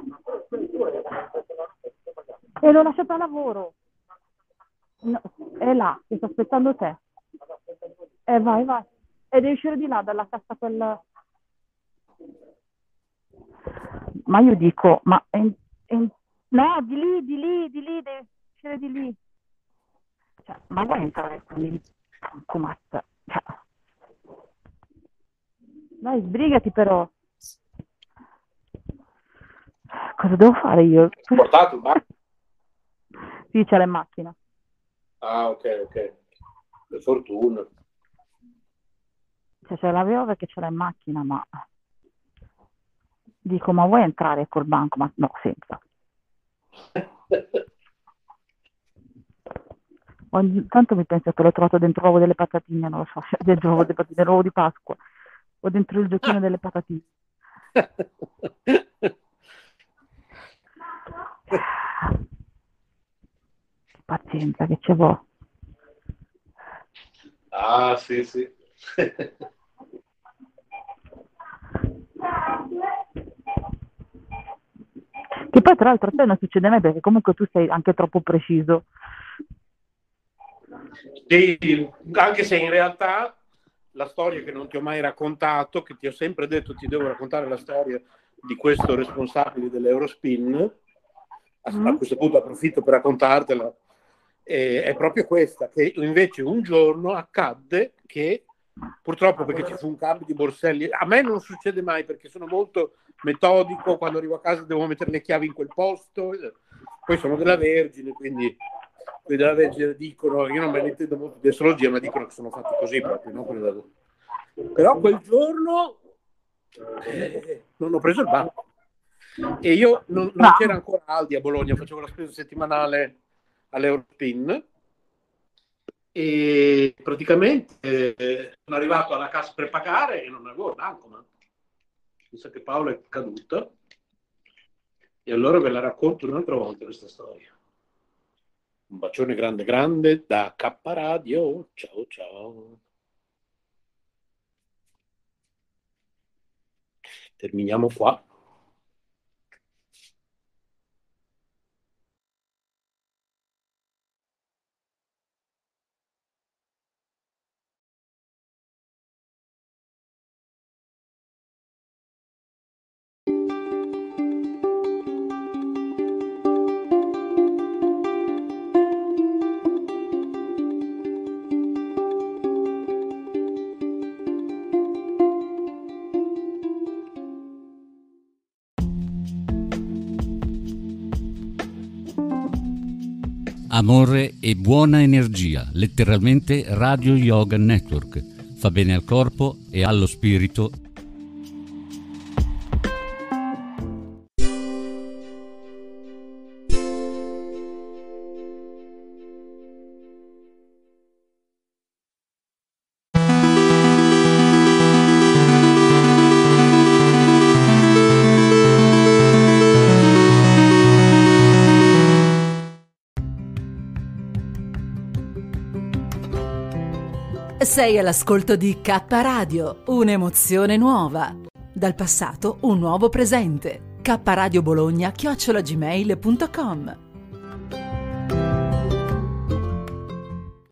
E l'ho lasciato a lavoro. No, è là, che sto aspettando te. Eh, vai, vai. E devi uscire di là, dalla cassa quella... Ma io dico, ma... È, è, no, di lì, di lì, di lì, devi uscire di lì. Cioè, ma vuoi entrare qui? Comazza. Cioè. Dai, sbrigati però. Cosa devo fare io? Portato il banco? Sì, c'è la macchina. Ah, ok, ok. Per fortuna. Cioè, ce l'avevo perché ce l'ha in macchina, ma... Dico, ma vuoi entrare col banco? Ma no, senza. Ogni tanto mi penso che l'ho trovato dentro l'uovo delle patatine, non lo so, dentro l'uovo delle patatine, l'uovo di Pasqua, o dentro il giochino delle patatine. Pazienza, che ce vuoi. Ah, sì, sì. Che poi tra l'altro a te non succede mai perché comunque tu sei anche troppo preciso. Sì, anche se in realtà la storia che non ti ho mai raccontato, che ti ho sempre detto ti devo raccontare la storia di questo responsabile dell'Eurospin, a, Mm. a questo punto approfitto per raccontartela, e, è proprio questa, che invece un giorno accadde che purtroppo perché ci fu un cambio di borselli, a me non succede mai perché sono molto metodico, quando arrivo a casa devo mettere le chiavi in quel posto, poi sono della Vergine, quindi quelli della Vergine dicono, io non me ne intendo molto di astrologia, ma dicono che sono fatti così proprio, no? Però quel giorno eh, non ho preso il banco e io non, non No. c'era ancora Aldi a Bologna, facevo la spesa settimanale all'Eurospin e praticamente eh, sono arrivato alla cassa per pagare e non avevo il banco, ma mi sa che Paola è caduta e allora ve la racconto un'altra volta questa storia. Un bacione grande grande da K Radio, ciao ciao. Terminiamo qua. Amore e buona energia, letteralmente Radio Yoga Network. Fa bene al corpo e allo spirito. Sei all'ascolto di K Radio, un'emozione nuova. Dal passato un nuovo presente. K Radio Bologna chiocciola gmail punto com